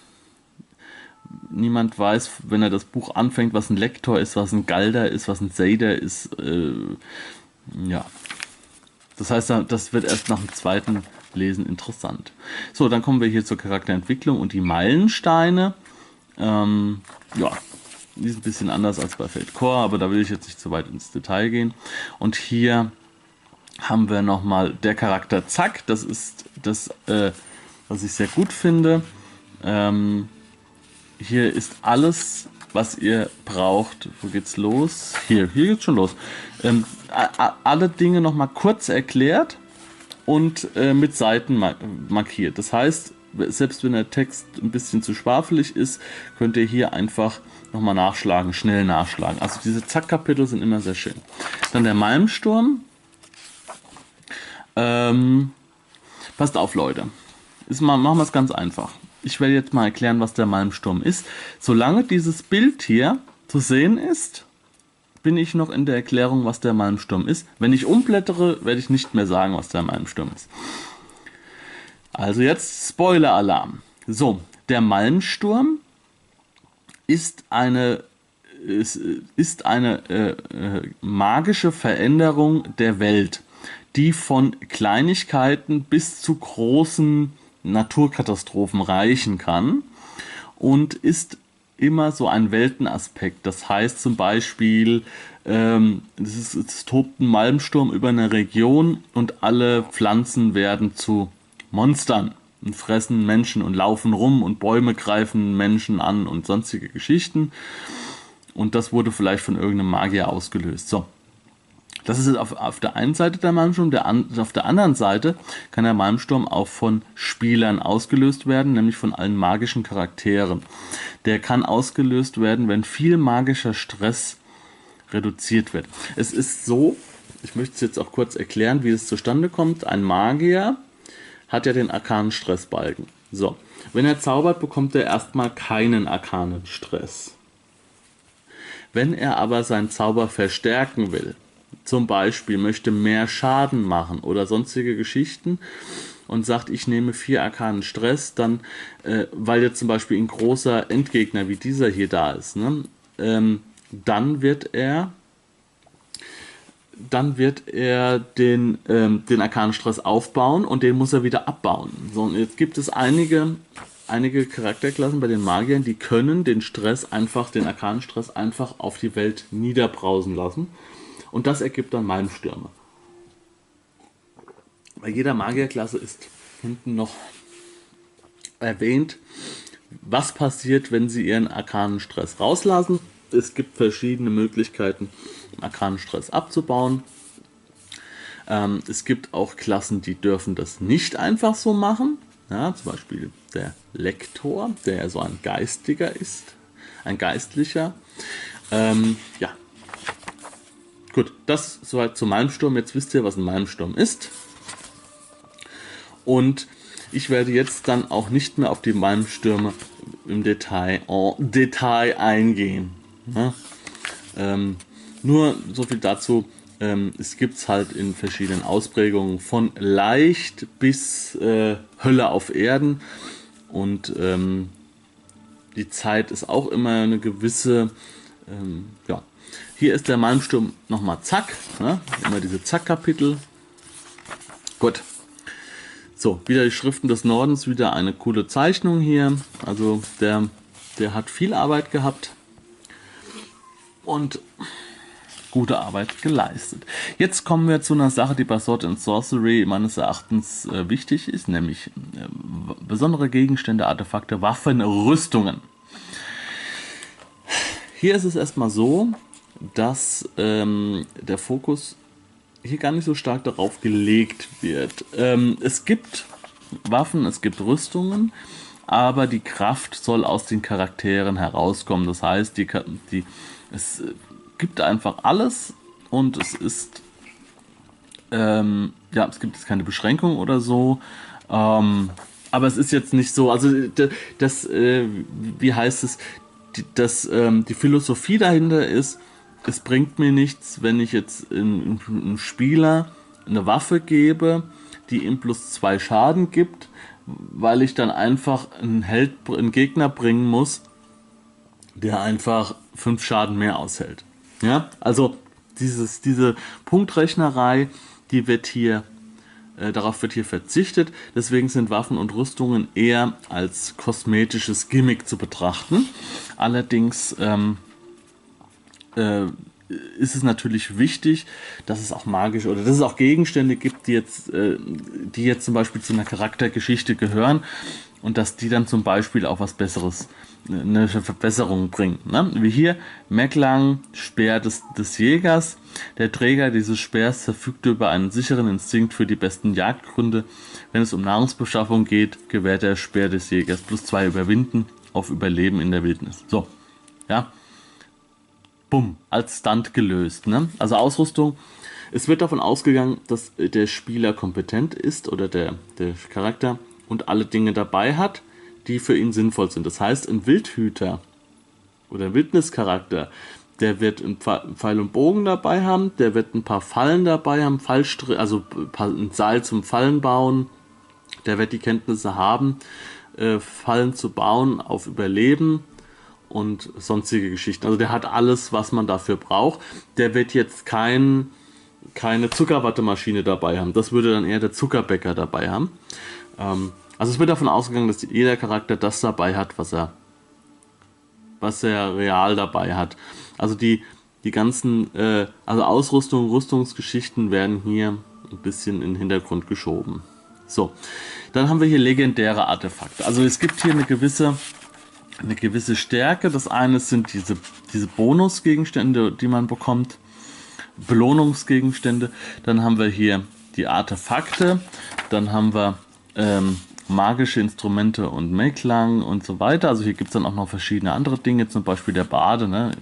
Speaker 2: niemand weiß, wenn er das Buch anfängt, was ein Lektor ist, was ein Galder ist, was ein Seder ist. Äh, ja, das heißt, das wird erst nach dem zweiten Lesen interessant. So, dann kommen wir hier zur Charakterentwicklung und die Meilensteine. Ähm, ja, die ist ein bisschen anders als bei Fatcore, aber da will ich jetzt nicht zu weit ins Detail gehen. Und hier haben wir nochmal der Charakter Zack. Das ist das, äh, was ich sehr gut finde. Ähm, hier ist alles, was ihr braucht. Wo geht's los? Hier, hier geht's schon los. Ähm, alle Dinge nochmal kurz erklärt und äh, mit Seiten markiert. Das heißt, selbst wenn der Text ein bisschen zu schwafelig ist, könnt ihr hier einfach nochmal nachschlagen, schnell nachschlagen. Also diese Zack-Kapitel sind immer sehr schön. Dann der Malmsturm. Ähm, passt auf, Leute. Ist mal, machen wir es ganz einfach. Ich werde jetzt mal erklären, was der Malmsturm ist. Solange dieses Bild hier zu sehen ist, bin ich noch in der Erklärung, was der Malmsturm ist. Wenn ich umblättere, werde ich nicht mehr sagen, was der Malmsturm ist. Also jetzt Spoiler-Alarm. So, der Malmsturm ist eine, ist, ist eine äh, äh, magische Veränderung der Welt, die von Kleinigkeiten bis zu großen Naturkatastrophen reichen kann und ist immer so ein Weltenaspekt. Das heißt zum Beispiel, ähm, es, ist, es tobt ein Malmsturm über eine Region und alle Pflanzen werden zu Monstern und fressen Menschen und laufen rum und Bäume greifen Menschen an und sonstige Geschichten. Und das wurde vielleicht von irgendeinem Magier ausgelöst. So. Das ist auf, auf der einen Seite der Malmsturm, der an, auf der anderen Seite kann der Malmsturm auch von Spielern ausgelöst werden, nämlich von allen magischen Charakteren. Der kann ausgelöst werden, wenn viel magischer Stress reduziert wird. Es ist so, ich möchte es jetzt auch kurz erklären, wie es zustande kommt. Ein Magier hat ja den arkanen Stressbalken. So, wenn er zaubert, bekommt er erstmal keinen arkanen Stress. Wenn er aber seinen Zauber verstärken will, zum Beispiel möchte mehr Schaden machen oder sonstige Geschichten und sagt, ich nehme vier arkanen Stress, dann, äh, weil jetzt zum Beispiel ein großer Endgegner wie dieser hier da ist, ne, ähm, dann wird er dann wird er den, ähm, den arkanen Stress aufbauen und den muss er wieder abbauen. So, und jetzt gibt es einige einige Charakterklassen bei den Magiern, die können den Stress einfach, den arkanen Stress einfach auf die Welt niederbrausen lassen. Und das ergibt dann Malmstürme. Bei jeder Magierklasse ist hinten noch erwähnt, was passiert, wenn sie ihren arkanen Stress rauslassen. Es gibt verschiedene Möglichkeiten, arkanen Stress abzubauen. Ähm, es gibt auch Klassen, die dürfen das nicht einfach so machen. Ja, zum Beispiel der Lektor, der so ein Geistiger ist, ein Geistlicher. Ähm, ja, gut, das soweit zum Malmsturm. Jetzt wisst ihr, was ein Malmsturm ist. Und ich werde jetzt dann auch nicht mehr auf die Malmstürme im Detail, en Detail eingehen. Ja, ähm, nur so viel dazu. Ähm, es gibt es halt in verschiedenen Ausprägungen von leicht bis äh, Hölle auf Erden. Und ähm, die Zeit ist auch immer eine gewisse. Ähm, ja. Hier ist der Malmsturm nochmal zack. Ne? Immer diese Zack-Kapitel. Gut. So, wieder die Schriften des Nordens. Wieder eine coole Zeichnung hier. Also der, der hat viel Arbeit gehabt. Und gute Arbeit geleistet. Jetzt kommen wir zu einer Sache, die bei Sword and Sorcery meines Erachtens äh, wichtig ist, nämlich äh, besondere Gegenstände, Artefakte, Waffen, Rüstungen. Hier ist es erstmal so, dass ähm, der Fokus hier gar nicht so stark darauf gelegt wird. Ähm, es gibt Waffen, es gibt Rüstungen, aber die Kraft soll aus den Charakteren herauskommen. Das heißt, die, die es gibt einfach alles und es ist ähm, ja, es gibt jetzt keine Beschränkung oder so, ähm, aber es ist jetzt nicht so, also das, äh, wie heißt es, die, das, ähm, die Philosophie dahinter ist, es bringt mir nichts, wenn ich jetzt einem Spieler eine Waffe gebe, die ihm plus zwei Schaden gibt, weil ich dann einfach einen Held, einen Gegner bringen muss, der einfach fünf Schaden mehr aushält. Ja, also dieses, diese Punktrechnerei, die wird hier, äh, darauf wird hier verzichtet. Deswegen sind Waffen und Rüstungen eher als kosmetisches Gimmick zu betrachten. Allerdings ähm, äh, ist es natürlich wichtig, dass es auch magische oder dass es auch Gegenstände gibt, die jetzt, äh, die jetzt zum Beispiel zu einer Charaktergeschichte gehören und dass die dann zum Beispiel auch was Besseres, eine Verbesserung bringen. Ne? Wie hier, Meklang, Speer des, des Jägers. Der Träger dieses Speers verfügt über einen sicheren Instinkt für die besten Jagdgründe. Wenn es um Nahrungsbeschaffung geht, gewährt der Speer des Jägers plus zwei Überwinden auf Überleben in der Wildnis. So, ja. Bumm, als Stunt gelöst. Ne? Also Ausrüstung. Es wird davon ausgegangen, dass der Spieler kompetent ist oder der, der Charakter und alle Dinge dabei hat, die für ihn sinnvoll sind. Das heißt, ein Wildhüter oder ein Wildnischarakter, der wird ein Pfeil und Bogen dabei haben, der wird ein paar Fallen dabei haben, Fallstr- also ein Seil zum Fallen bauen, der wird die Kenntnisse haben, äh, Fallen zu bauen auf Überleben und sonstige Geschichten. Also der hat alles, was man dafür braucht. Der wird jetzt kein, keine Zuckerwattemaschine dabei haben. Das würde dann eher der Zuckerbäcker dabei haben. Ähm, also es wird davon ausgegangen, dass jeder Charakter das dabei hat, was er, was er real dabei hat. Also die, die ganzen äh, also Ausrüstung, Rüstungsgeschichten werden hier ein bisschen in den Hintergrund geschoben. So, dann haben wir hier legendäre Artefakte. Also es gibt hier eine gewisse eine gewisse Stärke. Das eine sind diese, diese Bonusgegenstände, die man bekommt, Belohnungsgegenstände. Dann haben wir hier die Artefakte, dann haben wir ähm, magische Instrumente und Meklang und so weiter. Also hier gibt es dann auch noch verschiedene andere Dinge, zum Beispiel der Bade. Ne?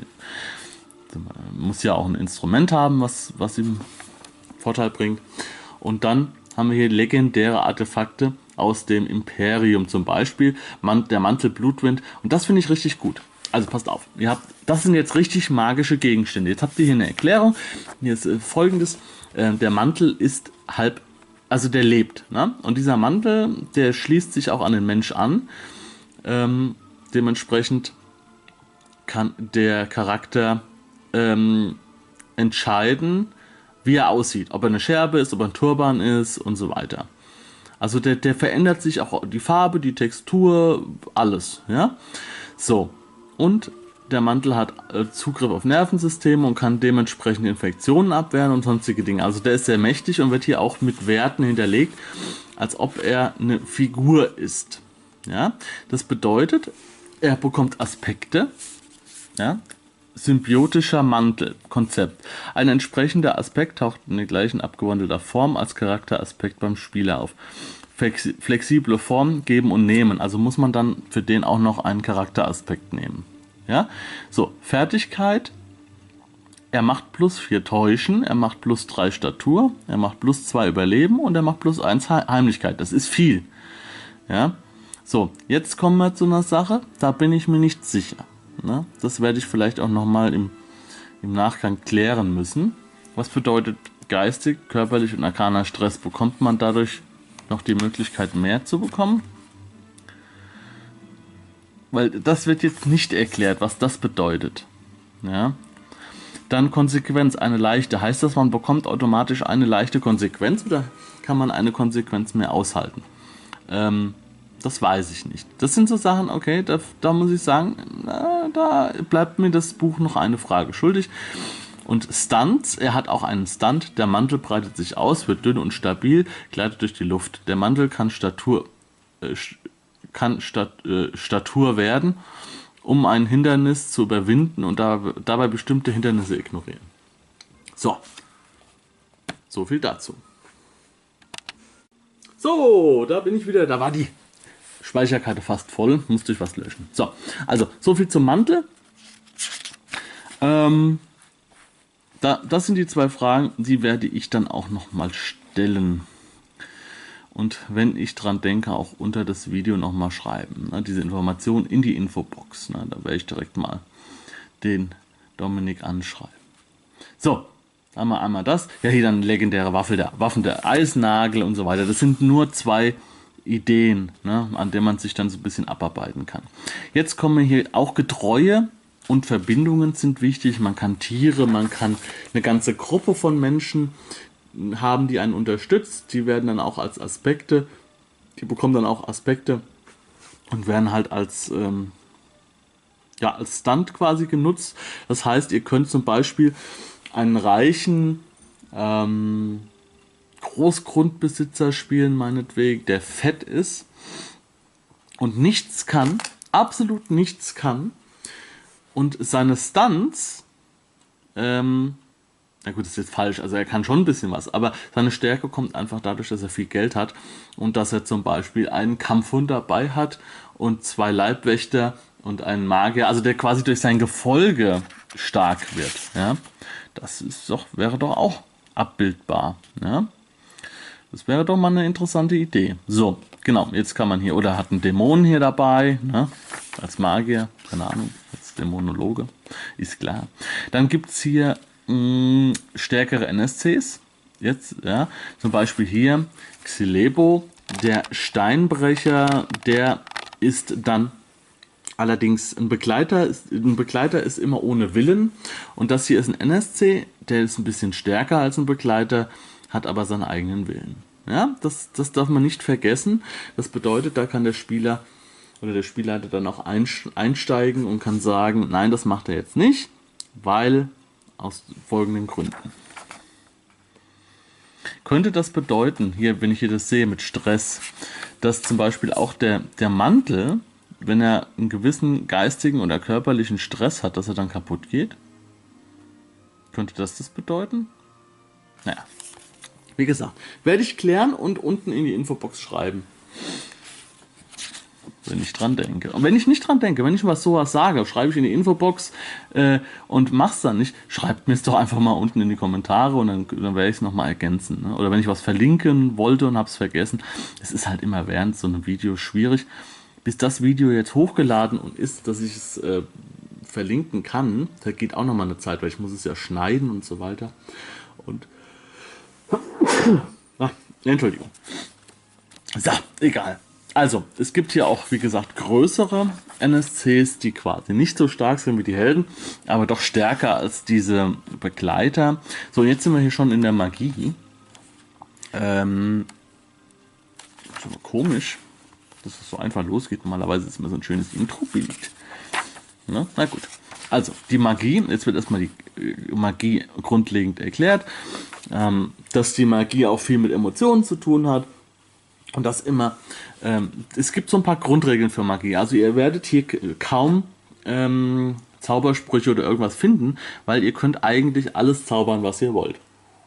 Speaker 2: Man muss ja auch ein Instrument haben, was, was ihm Vorteil bringt. Und dann haben wir hier legendäre Artefakte aus dem Imperium, zum Beispiel Man- der Mantel Blutwind. Und das finde ich richtig gut. Also passt auf, ihr habt, das sind jetzt richtig magische Gegenstände. Jetzt habt ihr hier eine Erklärung. Hier ist äh, folgendes: äh, Der Mantel ist halb, also der lebt. Ne? Und dieser Mantel, der schließt sich auch an den Mensch an. Ähm, dementsprechend kann der Charakter ähm, entscheiden, wie er aussieht. Ob er eine Scherbe ist, ob er ein Turban ist und so weiter. Also der, der verändert sich auch die Farbe, die Textur, alles. Ja? So, und der Mantel hat äh, Zugriff auf Nervensysteme und kann dementsprechend Infektionen abwehren und sonstige Dinge. Also der ist sehr mächtig und wird hier auch mit Werten hinterlegt, als ob er eine Figur ist. Ja? Das bedeutet, er bekommt Aspekte. Ja? Symbiotischer Mantel, Konzept. Ein entsprechender Aspekt taucht in der gleichen abgewandelter Form als Charakteraspekt beim Spieler auf. Flexible Form geben und nehmen. Also muss man dann für den auch noch einen Charakteraspekt nehmen. Ja? So, Fertigkeit. Er macht plus vier Täuschen, er macht plus drei Statur, er macht plus zwei Überleben und er macht plus eins Heimlichkeit. Das ist viel. Ja? So, jetzt kommen wir zu einer Sache, da bin ich mir nicht sicher. Ne? Das werde ich vielleicht auch nochmal im, im Nachgang klären müssen. Was bedeutet geistig, körperlich und arkaner Stress? Bekommt man dadurch noch die Möglichkeit, mehr zu bekommen? Weil das wird jetzt nicht erklärt, was das bedeutet. Ja? Dann Konsequenz, eine leichte. Heißt das, man bekommt automatisch eine leichte Konsequenz oder kann man eine Konsequenz mehr aushalten? Ähm, Das weiß ich nicht. Das sind so Sachen, okay, da, da muss ich sagen, na, da bleibt mir das Buch noch eine Frage schuldig. Und Stunts, er hat auch einen Stunt. Der Mantel breitet sich aus, wird dünn und stabil, gleitet durch die Luft. Der Mantel kann Statur, äh, kann Stat, äh, Statur werden, um ein Hindernis zu überwinden und da, dabei bestimmte Hindernisse ignorieren. So, so viel dazu. So, da bin ich wieder, da war die Speicherkarte fast voll, musste ich was löschen. So, also so viel zum Mantel. Ähm, da, das sind die zwei Fragen, die werde ich dann auch nochmal stellen. Und wenn ich dran denke, auch unter das Video nochmal schreiben. Ne, diese Information in die Infobox. Ne, da werde ich direkt mal den Dominik anschreiben. So, haben wir einmal das. Ja, hier dann legendäre Waffe, der Waffen der Eisnagel und so weiter. Das sind nur zwei Ideen, ne, an denen man sich dann so ein bisschen abarbeiten kann. Jetzt kommen hier auch Getreue und Verbindungen sind wichtig. Man kann Tiere, man kann eine ganze Gruppe von Menschen haben, die einen unterstützt. Die werden dann auch als Aspekte, die bekommen dann auch Aspekte und werden halt als, ähm, ja, als Stunt quasi genutzt. Das heißt, ihr könnt zum Beispiel einen reichen ähm, Großgrundbesitzer spielen, meinetwegen, der fett ist und nichts kann, absolut nichts kann und seine Stunts, ähm, na gut, das ist jetzt falsch, also er kann schon ein bisschen was, aber seine Stärke kommt einfach dadurch, dass er viel Geld hat und dass er zum Beispiel einen Kampfhund dabei hat und zwei Leibwächter und einen Magier, also der quasi durch sein Gefolge stark wird. Ja? Das ist doch, wäre doch auch abbildbar. Ja? Das wäre doch mal eine interessante Idee. So, genau, jetzt kann man hier, oder hat einen Dämon hier dabei, ne? Als Magier, keine Ahnung, als Dämonologe, ist klar. Dann gibt es hier mh, stärkere N S Cs, jetzt, ja, zum Beispiel hier Xilebo, der Steinbrecher, der ist dann allerdings ein Begleiter, ist, ein Begleiter ist immer ohne Willen und das hier ist ein N S C, der ist ein bisschen stärker als ein Begleiter, hat aber seinen eigenen Willen. Ja, das, das darf man nicht vergessen. Das bedeutet, da kann der Spieler oder der Spielleiter dann auch einsteigen und kann sagen, nein, das macht er jetzt nicht, weil aus folgenden Gründen. Könnte das bedeuten, hier, wenn ich hier das sehe mit Stress, dass zum Beispiel auch der, der Mantel, wenn er einen gewissen geistigen oder körperlichen Stress hat, dass er dann kaputt geht? Könnte das das bedeuten? Naja. Wie gesagt, werde ich klären und unten in die Infobox schreiben. Wenn ich dran denke. Und wenn ich nicht dran denke, wenn ich was sowas sage, schreibe ich in die Infobox äh, und mach's dann nicht, schreibt mir es doch einfach mal unten in die Kommentare und dann, dann werde ich es nochmal ergänzen. Ne? Oder wenn ich was verlinken wollte und habe es vergessen. Es ist halt immer während so einem Video schwierig. Bis das Video jetzt hochgeladen und ist, dass ich es äh, verlinken kann, da geht auch nochmal eine Zeit, weil ich muss es ja schneiden und so weiter. Und ah, Entschuldigung. So, egal. Also, es gibt hier auch, wie gesagt, größere N S Cs, die quasi nicht so stark sind wie die Helden, aber doch stärker als diese Begleiter. So, jetzt sind wir hier schon in der Magie. Ähm, ist aber komisch, dass es so einfach losgeht. Normalerweise ist immer so ein schönes Intro-Bild. Ne? Na gut. Also, die Magie, jetzt wird erstmal die Magie grundlegend erklärt, ähm, dass die Magie auch viel mit Emotionen zu tun hat. Und das immer, ähm, es gibt so ein paar Grundregeln für Magie. Also ihr werdet hier kaum ähm, Zaubersprüche oder irgendwas finden, weil ihr könnt eigentlich alles zaubern, was ihr wollt.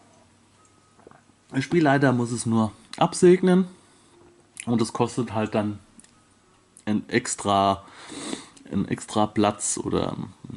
Speaker 2: Der Spielleiter muss es nur absegnen und es kostet halt dann ein extra, ein extra Platz oder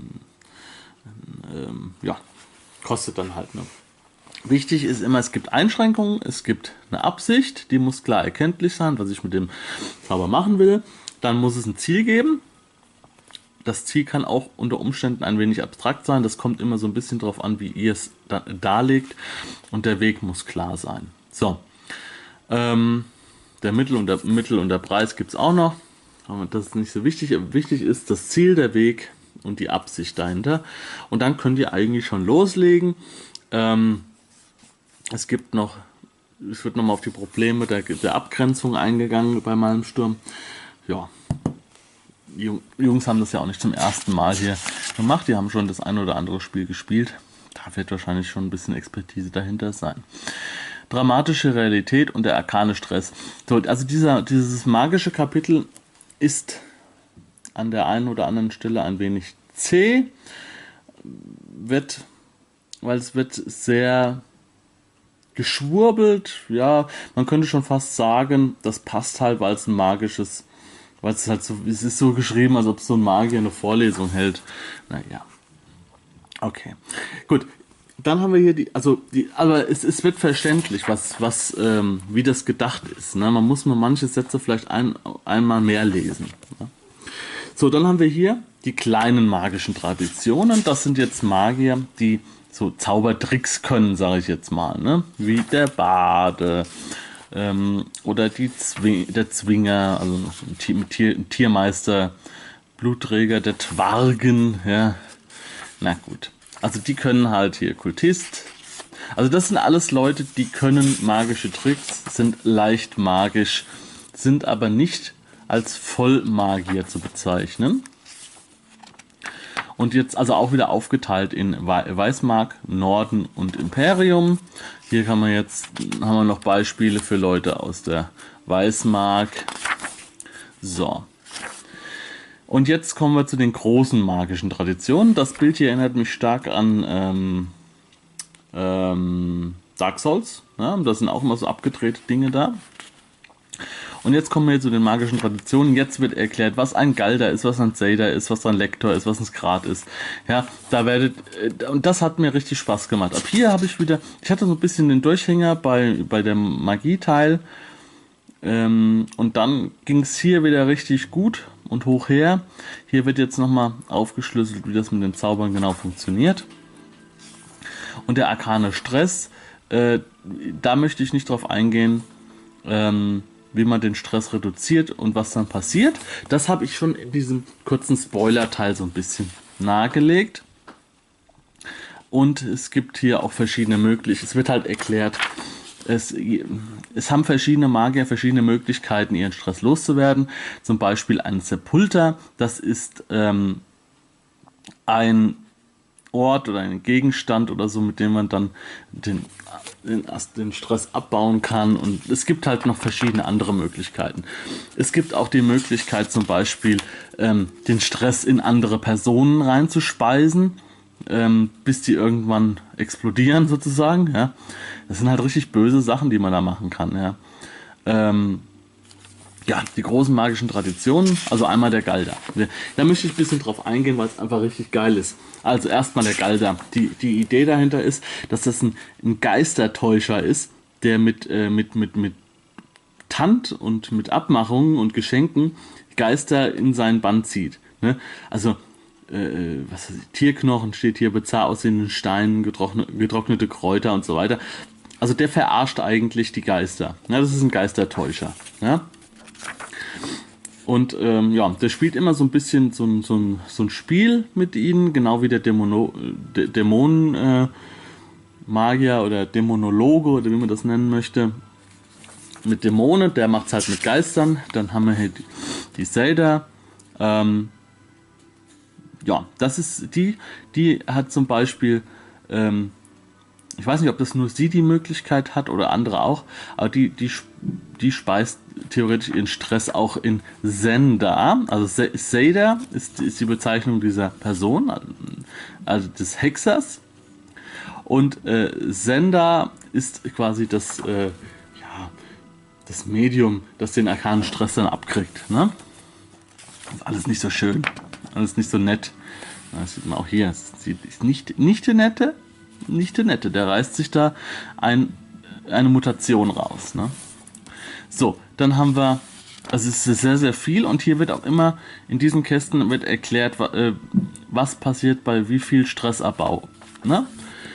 Speaker 2: ähm, ja, kostet dann halt, ne? Wichtig ist immer, es gibt Einschränkungen, es gibt eine Absicht, die muss klar erkenntlich sein, was ich mit dem Zauber machen will. Dann muss es ein Ziel geben. Das Ziel kann auch unter Umständen ein wenig abstrakt sein. Das kommt immer so ein bisschen darauf an, wie ihr es da, darlegt. Und der Weg muss klar sein. So, ähm, der Mittel und der, Mittel und der Preis gibt es auch noch. Aber das ist nicht so wichtig. Wichtig ist das Ziel, der Weg und die Absicht dahinter. Und dann könnt ihr eigentlich schon loslegen. Ähm, Es gibt noch, es wird nochmal auf die Probleme der, der Abgrenzung eingegangen bei Malmsturm. Ja, die Jungs haben das ja auch nicht zum ersten Mal hier gemacht. Die haben schon das ein oder andere Spiel gespielt. Da wird wahrscheinlich schon ein bisschen Expertise dahinter sein. Dramatische Realität und der arkane Stress. So, also dieser, dieses magische Kapitel ist an der einen oder anderen Stelle ein wenig zäh. Wird, weil es wird sehr geschwurbelt, ja, man könnte schon fast sagen, das passt halt, weil es ein magisches, weil es halt so, es ist so geschrieben, als ob so ein Magier eine Vorlesung hält. Naja. Okay. Gut. Dann haben wir hier die, also die, aber es, es wird verständlich, was, was, ähm, wie das gedacht ist. Ne? Man muss mal manche Sätze vielleicht ein, einmal mehr lesen. Ne? So, dann haben wir hier die kleinen magischen Traditionen. Das sind jetzt Magier, die so Zaubertricks können, sage ich jetzt mal, ne? Wie der Bade ähm, oder die Zwing der Zwinger, also ein, Tier, ein, Tier, ein Tiermeister, Blutträger, der Twargen, ja. Na gut, also die können halt hier Kultist. Also das sind alles Leute, die können magische Tricks, sind leicht magisch, sind aber nicht als Vollmagier zu bezeichnen. Und jetzt also auch wieder aufgeteilt in Weißmark, Norden und Imperium. Hier kann man jetzt, haben wir noch Beispiele für Leute aus der Weißmark. So. Und jetzt kommen wir zu den großen magischen Traditionen. Das Bild hier erinnert mich stark an ähm, ähm, Dark Souls. Ja, da sind auch immer so abgedrehte Dinge da. Und jetzt kommen wir zu den magischen Traditionen. Jetzt wird erklärt, was ein Galder ist, was ein Zeder ist, was ein Lektor ist, was ein Skrat ist. Ja, da werdet, und das hat mir richtig Spaß gemacht. Ab hier habe ich wieder, ich hatte so ein bisschen den Durchhänger bei, bei dem Magie-Teil. Ähm, und dann ging es hier wieder richtig gut und hoch her. Hier wird jetzt nochmal aufgeschlüsselt, wie das mit den Zaubern genau funktioniert. Und der arkane Stress, äh, da möchte ich nicht drauf eingehen, ähm, wie man den Stress reduziert und was dann passiert. Das habe ich schon in diesem kurzen Spoiler-Teil so ein bisschen nahegelegt. Und es gibt hier auch verschiedene Möglichkeiten. Es wird halt erklärt, es, es haben verschiedene Magier verschiedene Möglichkeiten, ihren Stress loszuwerden. Zum Beispiel ein Sepulter. Das ist ähm, ein Ort oder ein Gegenstand oder so, mit dem man dann den, den, den Stress abbauen kann. Und es gibt halt noch verschiedene andere Möglichkeiten. Es gibt auch die Möglichkeit, zum Beispiel ähm, den Stress in andere Personen reinzuspeisen, ähm, bis die irgendwann explodieren sozusagen. Ja. Das sind halt richtig böse Sachen, die man da machen kann. Ja. Ähm, Ja, die großen magischen Traditionen, also einmal der Galder. Da möchte ich ein bisschen drauf eingehen, weil es einfach richtig geil ist. Also erstmal der Galder. Die, die Idee dahinter ist, dass das ein, ein Geistertäuscher ist, der mit, äh, mit, mit, mit Tant und mit Abmachungen und Geschenken Geister in seinen Bann zieht. Ne? Also, äh, was weiß ich, Tierknochen steht hier, bizarr aussehenden Steinen, getrocknete, getrocknete Kräuter und so weiter. Also der verarscht eigentlich die Geister. Ja, das ist ein Geistertäuscher. Ja? Und ähm, ja, der spielt immer so ein bisschen so ein, so ein, so ein Spiel mit ihnen, genau wie der Dämono, D- Dämonen äh, Magier oder Dämonologe oder wie man das nennen möchte. mit Dämonen, der macht es halt mit Geistern. Dann haben wir hier die, die Zelda. Ähm, ja, das ist die, die hat zum Beispiel, ähm, ich weiß nicht, ob das nur sie die Möglichkeit hat oder andere auch, aber die, die, die speist theoretisch ihren Stress auch in Zenda. Also Zeda ist, ist die Bezeichnung dieser Person, also des Hexers. Und äh, Zenda ist quasi das, äh, ja, das Medium, das den arkanen Stress dann abkriegt. Ne? Das ist alles nicht so schön, alles nicht so nett. Das sieht man auch hier. Das ist nicht, nicht die Nette, nicht die Nette. Der reißt sich da ein, eine Mutation raus. Ne? So, dann haben wir, also es ist sehr, sehr viel und hier wird auch immer in diesen Kästen wird erklärt, was passiert bei wie viel Stressabbau. Ne?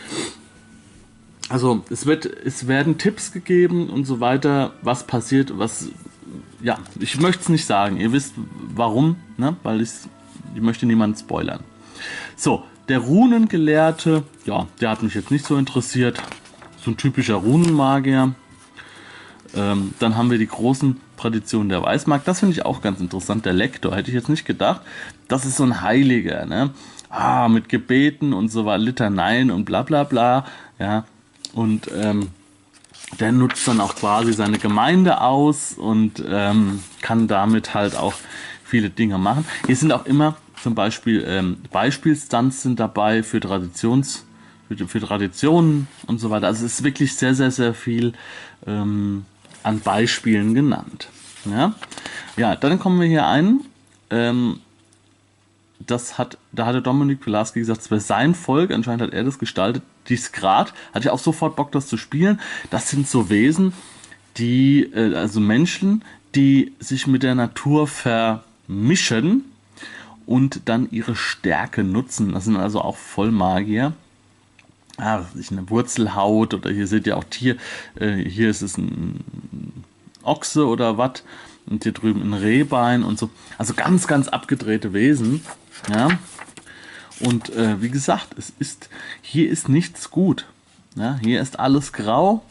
Speaker 2: Also es wird, es werden Tipps gegeben und so weiter, was passiert, was, ja, ich möchte es nicht sagen. Ihr wisst warum, ne? Weil ich, ich möchte niemanden spoilern. So, der Runengelehrte, ja, der hat mich jetzt nicht so interessiert. So ein typischer Runenmagier. Ähm, dann haben wir die großen Traditionen der Weißmark. Das finde ich auch ganz interessant. Der Lektor, hätte ich jetzt nicht gedacht. Das ist so ein Heiliger, ne? Ah, mit Gebeten und so weiter, Litaneien und bla bla bla. Ja, und ähm, der nutzt dann auch quasi seine Gemeinde aus und ähm, kann damit halt auch viele Dinge machen. Hier sind auch immer zum Beispiel ähm, Beispielstunts sind dabei für Traditions, für, für Traditionen und so weiter. Also es ist wirklich sehr, sehr, sehr viel ähm, an Beispielen genannt. Ja, ja, dann kommen wir hier ein. Ähm, das hat, da hatte Dominik Pilarski gesagt, es wäre sein Volk, anscheinend hat er das gestaltet. Die Skrat, hatte ich auch sofort Bock, das zu spielen. Das sind so Wesen, die, äh, also Menschen, die sich mit der Natur vermischen und dann ihre Stärke nutzen. Das sind also auch Vollmagier. Ah, das ist eine Wurzelhaut oder hier seht ihr auch Tier. Äh, hier ist es ein Ochse oder was. Und hier drüben ein Rehbein und so. Also ganz, ganz abgedrehte Wesen. Ja. Und äh, wie gesagt, es ist, hier ist nichts gut. Ja, hier ist alles grau.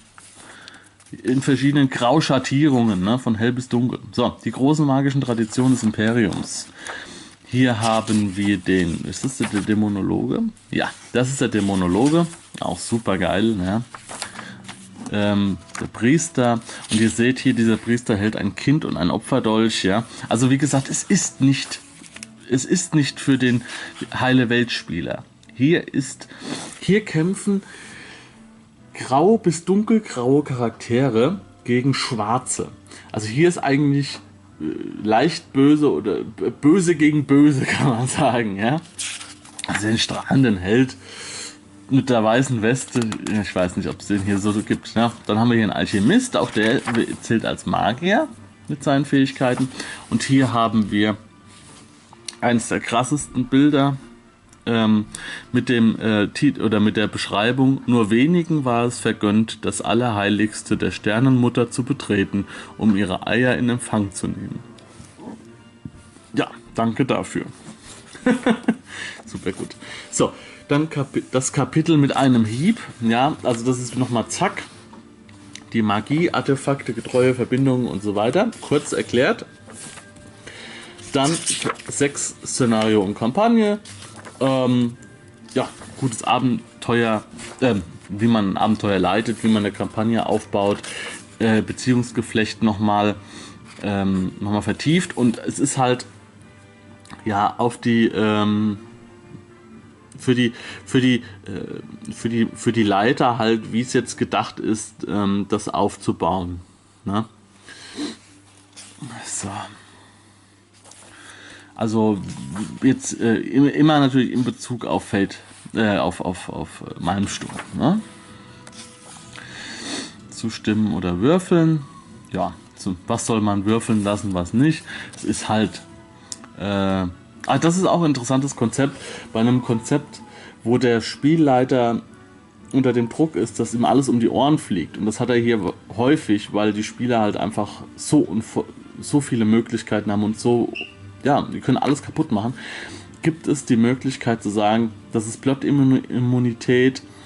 Speaker 2: In verschiedenen Grauschattierungen, ne, von hell bis dunkel. So, die großen magischen Traditionen des Imperiums. Hier haben wir den, ist das der Dämonologe? Ja, das ist der Dämonologe. Auch super geil. Ja. Ähm, der Priester. Und ihr seht hier, dieser Priester hält ein Kind und ein Opferdolch. Ja. Also wie gesagt, es ist nicht, es ist nicht für den heile Weltspieler. Hier ist, hier kämpfen grau bis dunkelgraue Charaktere gegen schwarze. Also hier ist eigentlich leicht böse oder böse gegen böse, kann man sagen, ja. Also den strahlenden Held mit der weißen Weste, ich weiß nicht, ob es den hier so gibt, ja. Dann haben wir hier einen Alchemist, auch der zählt als Magier mit seinen Fähigkeiten. Und hier haben wir eines der krassesten Bilder ähm, mit dem äh, Titel oder mit der Beschreibung: Nur wenigen war es vergönnt, das Allerheiligste der Sternenmutter zu betreten, um ihre Eier in Empfang zu nehmen. Ja, danke dafür. Super gut. So, dann Kapi- das Kapitel mit einem Hieb. Ja, also das ist nochmal zack. Die Magie, Artefakte, getreue Verbindungen und so weiter. Kurz erklärt. Dann sechs Szenario und Kampagne. Ähm, ja, gutes Abenteuer, äh, wie man ein Abenteuer leitet, wie man eine Kampagne aufbaut, äh, Beziehungsgeflecht nochmal ähm, noch mal vertieft. Und es ist halt ja auf die ähm, für die für die äh, für die für die Leiter halt, wie es jetzt gedacht ist, ähm, das aufzubauen. Ne? So. Also jetzt äh, immer natürlich in Bezug auf Feld, äh, auf, auf, auf Malmsturm. Ne? Zustimmen oder würfeln. Ja, zu, was soll man würfeln lassen, was nicht. Es ist halt. Äh, ah, das ist auch ein interessantes Konzept. Bei einem Konzept, wo der Spielleiter unter dem Druck ist, dass ihm alles um die Ohren fliegt. Und das hat er hier häufig, weil die Spieler halt einfach so, so viele Möglichkeiten haben und so. Ja, die können alles kaputt machen. Gibt es die Möglichkeit zu sagen, das ist Plot-Immunität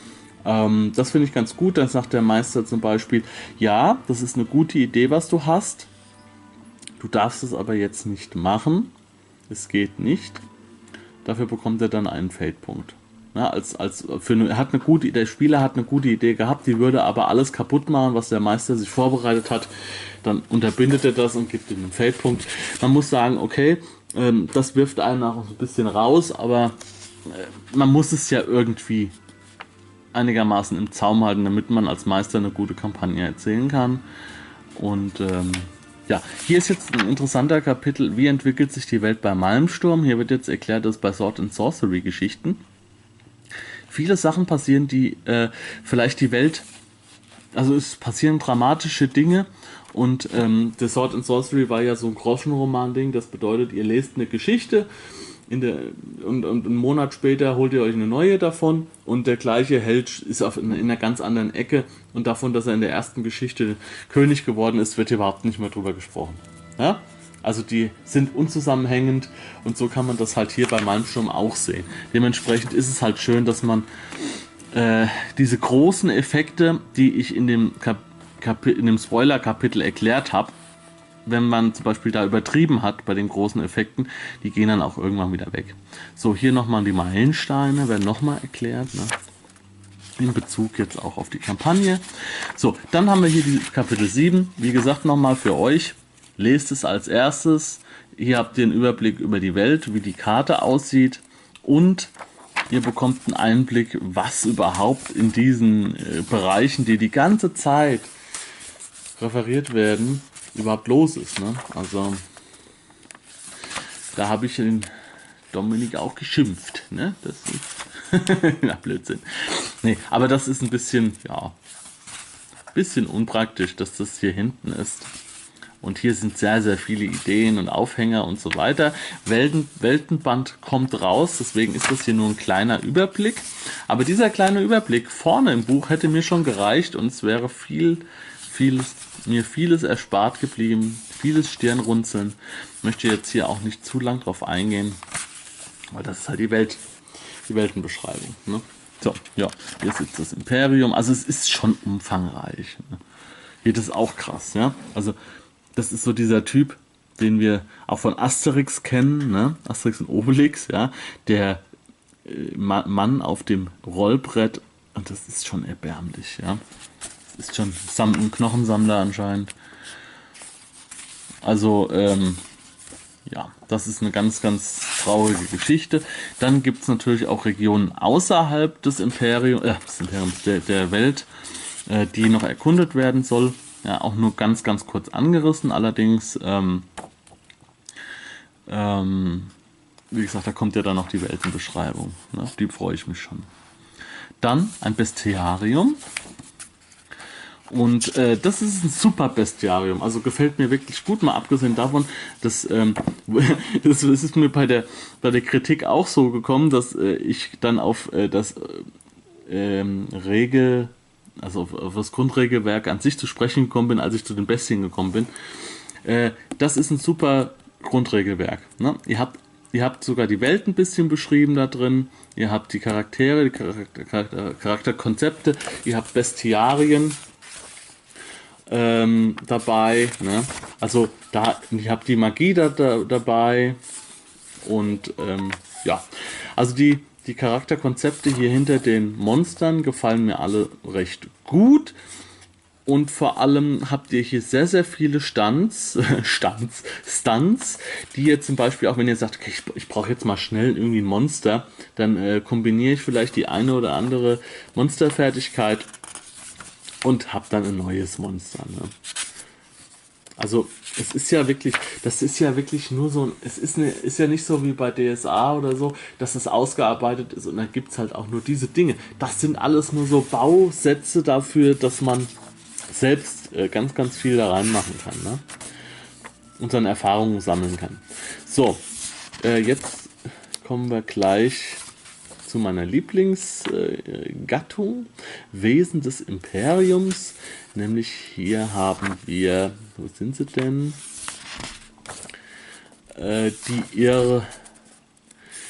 Speaker 2: Ähm, das finde ich ganz gut. Dann sagt der Meister zum Beispiel, ja, das ist eine gute Idee, was du hast. Du darfst es aber jetzt nicht machen. Es geht nicht. Dafür bekommt er dann einen Feldpunkt. Ja, als, als für eine, hat eine gute, der Spieler hat eine gute Idee gehabt, die würde aber alles kaputt machen, was der Meister sich vorbereitet hat. Dann unterbindet er das und gibt ihm einen Feldpunkt. Man muss sagen, okay, ähm, das wirft einen auch so ein bisschen raus, aber äh, man muss es ja irgendwie einigermaßen im Zaum halten, damit man als Meister eine gute Kampagne erzählen kann. Und ähm, ja, hier ist jetzt ein interessanter Kapitel, wie entwickelt sich die Welt bei Malmsturm. Hier wird jetzt erklärt, dass bei Sword and Sorcery Geschichten viele Sachen passieren, die äh, vielleicht die Welt, also es passieren dramatische Dinge und ähm, The Sword and Sorcery war ja so ein Groschenroman-Ding, das bedeutet, ihr lest eine Geschichte in der, und, und einen Monat später holt ihr euch eine neue davon und der gleiche Held ist auf, in, in einer ganz anderen Ecke und davon, dass er in der ersten Geschichte König geworden ist, wird überhaupt nicht mehr drüber gesprochen. Ja? Also die sind unzusammenhängend und so kann man das halt hier bei Malmsturm auch sehen. Dementsprechend ist es halt schön, dass man äh, diese großen Effekte, die ich in dem, Kap Kapi in dem Spoiler-Kapitel erklärt habe, wenn man zum Beispiel da übertrieben hat bei den großen Effekten, die gehen dann auch irgendwann wieder weg. So, hier nochmal die Meilensteine, werden nochmal erklärt, ne? In Bezug jetzt auch auf die Kampagne. So, dann haben wir hier die Kapitel sieben, wie gesagt nochmal für euch, lest es als erstes, hier habt ihr einen Überblick über die Welt, wie die Karte aussieht und ihr bekommt einen Einblick, was überhaupt in diesen äh, Bereichen, die die ganze Zeit referiert werden, überhaupt los ist. Ne? Also da habe ich den Dominik auch geschimpft. Ne? Das ist ja, Blödsinn. Nee, aber das ist ein bisschen, ja, bisschen unpraktisch, dass das hier hinten ist. Und hier sind sehr, sehr viele Ideen und Aufhänger und so weiter. Welten, Weltenband kommt raus, deswegen ist das hier nur ein kleiner Überblick. Aber dieser kleine Überblick vorne im Buch hätte mir schon gereicht und es wäre viel, vieles, mir vieles erspart geblieben. Vieles Stirnrunzeln. Ich möchte jetzt hier auch nicht zu lang drauf eingehen, weil das ist halt die Welt, die Weltenbeschreibung. Ne? So, ja, hier sitzt das Imperium. Also es ist schon umfangreich. Ne? Hier ist auch krass, ja. Also das ist so dieser Typ, den wir auch von Asterix kennen, ne? Asterix und Obelix, ja, der äh, Mann auf dem Rollbrett, und das ist schon erbärmlich, ja. Das ist schon ein Knochensammler anscheinend. Also, ähm, ja, das ist eine ganz, ganz traurige Geschichte. Dann gibt es natürlich auch Regionen außerhalb des Imperiums, äh, des Imperiums der, der Welt, äh, die noch erkundet werden soll. Ja, auch nur ganz, ganz kurz angerissen. Allerdings, ähm, ähm, wie gesagt, da kommt ja dann noch die Weltenbeschreibung. Ne? Auf die freue ich mich schon. Dann ein Bestiarium. Und äh, das ist ein super Bestiarium. Also gefällt mir wirklich gut, mal abgesehen davon, dass ähm, das, das ist mir bei der, bei der Kritik auch so gekommen, dass äh, ich dann auf äh, das äh, ähm, Regel... also auf, auf das Grundregelwerk an sich zu sprechen gekommen bin, als ich zu den Bestien gekommen bin. Äh, das ist ein super Grundregelwerk. Ne? Ihr habt, ihr habt sogar die Welt ein bisschen beschrieben da drin. Ihr habt die Charaktere, die Charakter, Charakter, Charakterkonzepte. Ihr habt Bestiarien ähm, dabei. Ne? Also da, ihr habt die Magie da, da, dabei. Und ähm, ja, also die Die Charakterkonzepte hier hinter den Monstern gefallen mir alle recht gut. Und vor allem habt ihr hier sehr, sehr viele Stunts, Stunts, Stunts, die ihr zum Beispiel, auch wenn ihr sagt, okay, ich, ich brauche jetzt mal schnell irgendwie ein Monster, dann äh, kombiniere ich vielleicht die eine oder andere Monsterfertigkeit und habe dann ein neues Monster. Ne? Also es ist ja wirklich, das ist ja wirklich nur so ein, es ist, eine, ist ja nicht so wie bei D S A oder so, dass es ausgearbeitet ist und dann gibt es halt auch nur diese Dinge. Das sind alles nur so Bausätze dafür, dass man selbst äh, ganz, ganz viel da reinmachen kann, ne? Und seine Erfahrungen sammeln kann. So, äh, jetzt kommen wir gleich zu meiner Lieblingsgattung, äh, Wesen des Imperiums. Nämlich hier haben wir, wo sind sie denn? Äh, die Irr, die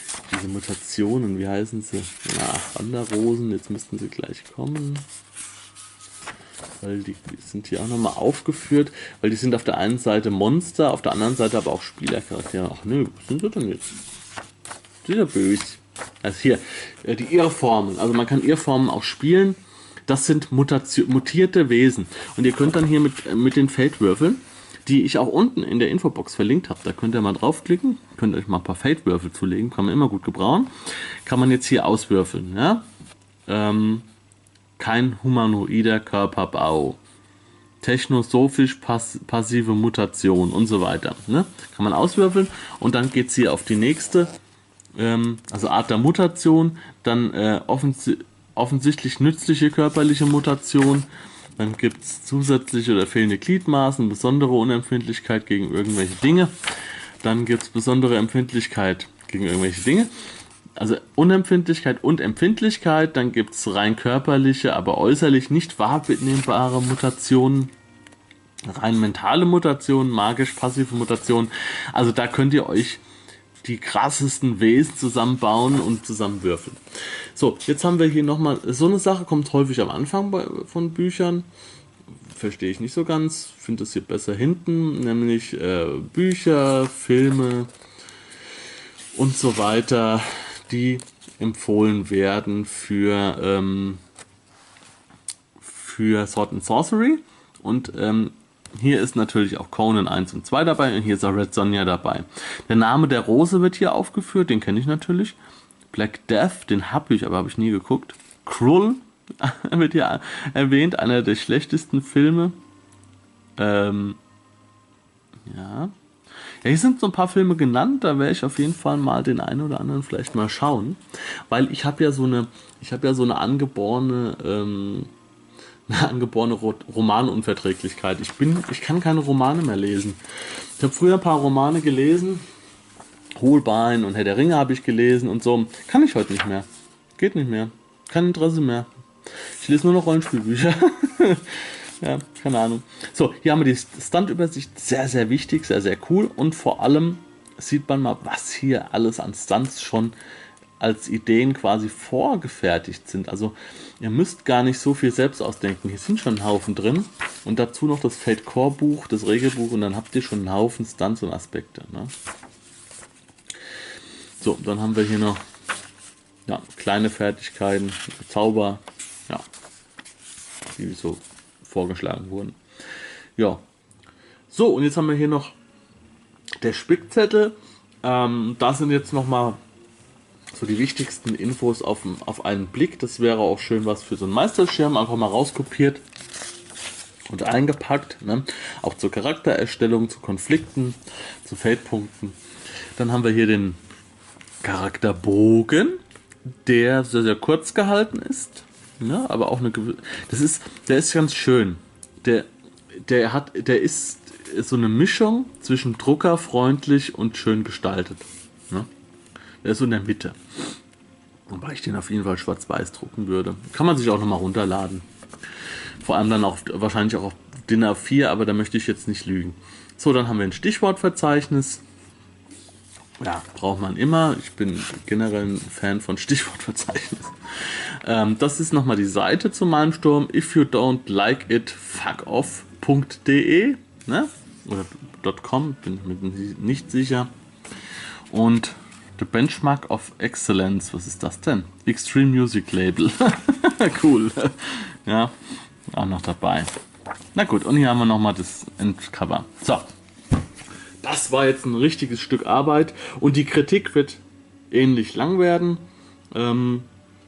Speaker 2: diese Mutationen, wie heißen sie? Na, Wanderrosen, jetzt müssten sie gleich kommen. Weil die, die sind hier auch nochmal aufgeführt, weil die sind auf der einen Seite Monster, auf der anderen Seite aber auch Spielercharaktere. Ach nö, was sind sie denn jetzt? Die sind ja böse. Also hier, die Irrformen. Also man kann Irrformen auch spielen. Das sind Mutation, mutierte Wesen. Und ihr könnt dann hier mit, mit den Feldwürfeln, die ich auch unten in der Infobox verlinkt habe, da könnt ihr mal draufklicken, könnt euch mal ein paar Feldwürfel zulegen, kann man immer gut gebrauchen. Kann man jetzt hier auswürfeln. Ja? Ähm, kein humanoider Körperbau. Technosophisch pass passive Mutation und so weiter. Ne? Kann man auswürfeln und dann geht es hier auf die nächste, ähm, also Art der Mutation, dann äh, offens offensichtlich nützliche körperliche Mutation, dann gibt es zusätzliche oder fehlende Gliedmaßen, besondere Unempfindlichkeit gegen irgendwelche Dinge, dann gibt es besondere Empfindlichkeit gegen irgendwelche Dinge, also Unempfindlichkeit und Empfindlichkeit, dann gibt es rein körperliche, aber äußerlich nicht wahrnehmbare Mutationen, rein mentale Mutationen, magisch passive Mutationen. Also da könnt ihr euch die krassesten Wesen zusammenbauen und zusammenwürfeln. So, jetzt haben wir hier nochmal, so eine Sache kommt häufig am Anfang bei, von Büchern. Verstehe ich nicht so ganz, finde es hier besser hinten, nämlich äh, Bücher, Filme und so weiter, die empfohlen werden für, ähm, für Sword and Sorcery. Und ähm, hier ist natürlich auch Conan eins und zwei dabei und hier ist auch Red Sonja dabei. Der Name der Rose wird hier aufgeführt, den kenne ich natürlich. Black Death, den habe ich, aber habe ich nie geguckt. Krull wird hier erwähnt, einer der schlechtesten Filme. Ähm, ja. Ja, hier sind so ein paar Filme genannt, da werde ich auf jeden Fall mal den einen oder anderen vielleicht mal schauen. Weil ich habe ja so eine, ich habe ja so eine angeborene, ähm, eine angeborene Romanunverträglichkeit. Ich bin, ich kann keine Romane mehr lesen. Ich habe früher ein paar Romane gelesen. Holbein und Herr der Ringe habe ich gelesen und so. Kann ich heute nicht mehr. Geht nicht mehr. Kein Interesse mehr. Ich lese nur noch Rollenspielbücher. Ja, keine Ahnung. So, hier haben wir die Stunt-Übersicht. Sehr, sehr wichtig, sehr, sehr cool. Und vor allem sieht man mal, was hier alles an Stunts schon als Ideen quasi vorgefertigt sind. Also ihr müsst gar nicht so viel selbst ausdenken. Hier sind schon ein Haufen drin. Und dazu noch das Fate Core Buch, das Regelbuch. Und dann habt ihr schon einen Haufen Stunts und Aspekte. Ne? So, dann haben wir hier noch ja, kleine Fertigkeiten, Zauber, ja, die so vorgeschlagen wurden. Ja, so und jetzt haben wir hier noch der Spickzettel. Ähm, da sind jetzt nochmal so die wichtigsten Infos auf, auf einen Blick. Das wäre auch schön was für so einen Meisterschirm, einfach mal rauskopiert und eingepackt. Ne? Auch zur Charaktererstellung, zu Konflikten, zu Feldpunkten. Dann haben wir hier den Charakterbogen, der sehr, sehr kurz gehalten ist. Ja, aber auch eine gewisse. Das ist, der ist ganz schön. Der, der hat, der ist so eine Mischung zwischen druckerfreundlich und schön gestaltet. Ja? Der ist so in der Mitte. Wobei ich den auf jeden Fall schwarz-weiß drucken würde. Kann man sich auch nochmal runterladen. Vor allem dann auch wahrscheinlich auch auf DIN A vier, aber da möchte ich jetzt nicht lügen. So, dann haben wir ein Stichwortverzeichnis. Ja, braucht man immer. Ich bin generell ein Fan von Stichwortverzeichnis. Ähm, das ist nochmal die Seite zu Malmsturm. If you don't like it, fuck off punkt de, ne? Oder .com, bin ich mir nicht sicher. Und The Benchmark of Excellence, was ist das denn? Extreme Music Label. Cool. Ja, auch noch dabei. Na gut, und hier haben wir nochmal das Endcover. So. Das war jetzt ein richtiges Stück Arbeit und die Kritik wird ähnlich lang werden. Ähm,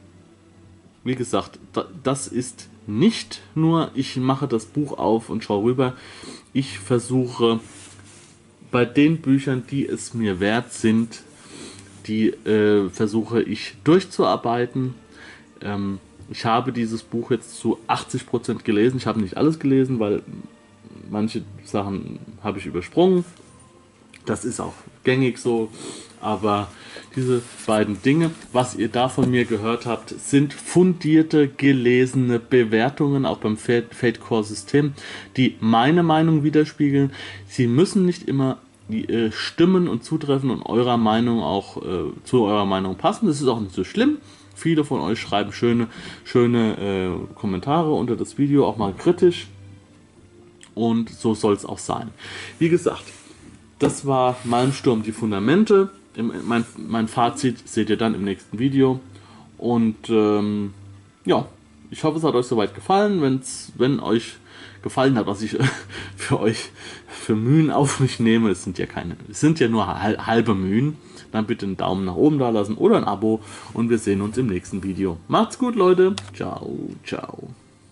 Speaker 2: wie gesagt, da, das ist nicht nur, ich mache das Buch auf und schaue rüber. Ich versuche bei den Büchern, die es mir wert sind, die äh, versuche ich durchzuarbeiten. Ähm, ich habe dieses Buch jetzt zu achtzig Prozent gelesen. Ich habe nicht alles gelesen, weil manche Sachen habe ich übersprungen. Das ist auch gängig so, aber diese beiden Dinge, was ihr da von mir gehört habt, sind fundierte, gelesene Bewertungen, auch beim Fate Core System, die meine Meinung widerspiegeln. Sie müssen nicht immer die äh, stimmen und zutreffen und eurer Meinung auch äh, zu eurer Meinung passen. Das ist auch nicht so schlimm. Viele von euch schreiben schöne, schöne äh, Kommentare unter das Video, auch mal kritisch. Und so soll es auch sein. Wie gesagt, das war Malmsturm, die Fundamente. Im, mein, mein Fazit seht ihr dann im nächsten Video. Und ähm, ja, ich hoffe, es hat euch soweit gefallen. Wenn's, wenn euch gefallen hat, was ich für euch für Mühen auf mich nehme, es sind ja keine, es sind ja nur halbe Mühen, dann bitte einen Daumen nach oben da lassen oder ein Abo und wir sehen uns im nächsten Video. Macht's gut, Leute. Ciao, ciao.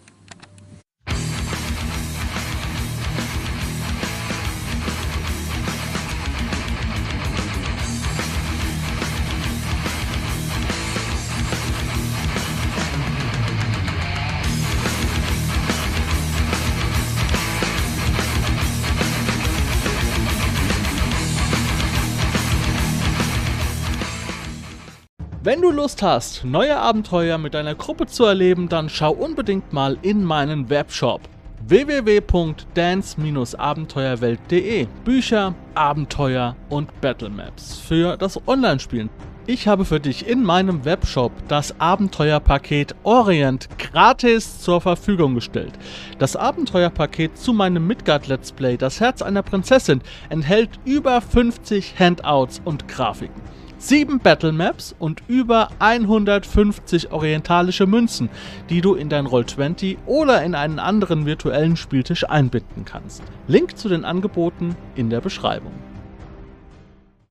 Speaker 1: Wenn du Lust hast, neue Abenteuer mit deiner Gruppe zu erleben, dann schau unbedingt mal in meinen Webshop w w w punkt dance Bindestrich abenteuerwelt punkt de. Bücher, Abenteuer und Battlemaps für das Online-Spielen. Ich habe für dich in meinem Webshop das Abenteuerpaket Orient gratis zur Verfügung gestellt. Das Abenteuerpaket zu meinem Midgard Let's Play, das Herz einer Prinzessin, enthält über fünfzig Handouts und Grafiken, sieben Battlemaps und über hundertfünfzig orientalische Münzen, die du in dein Roll zwanzig oder in einen anderen virtuellen Spieltisch einbinden kannst. Link zu den Angeboten in der Beschreibung.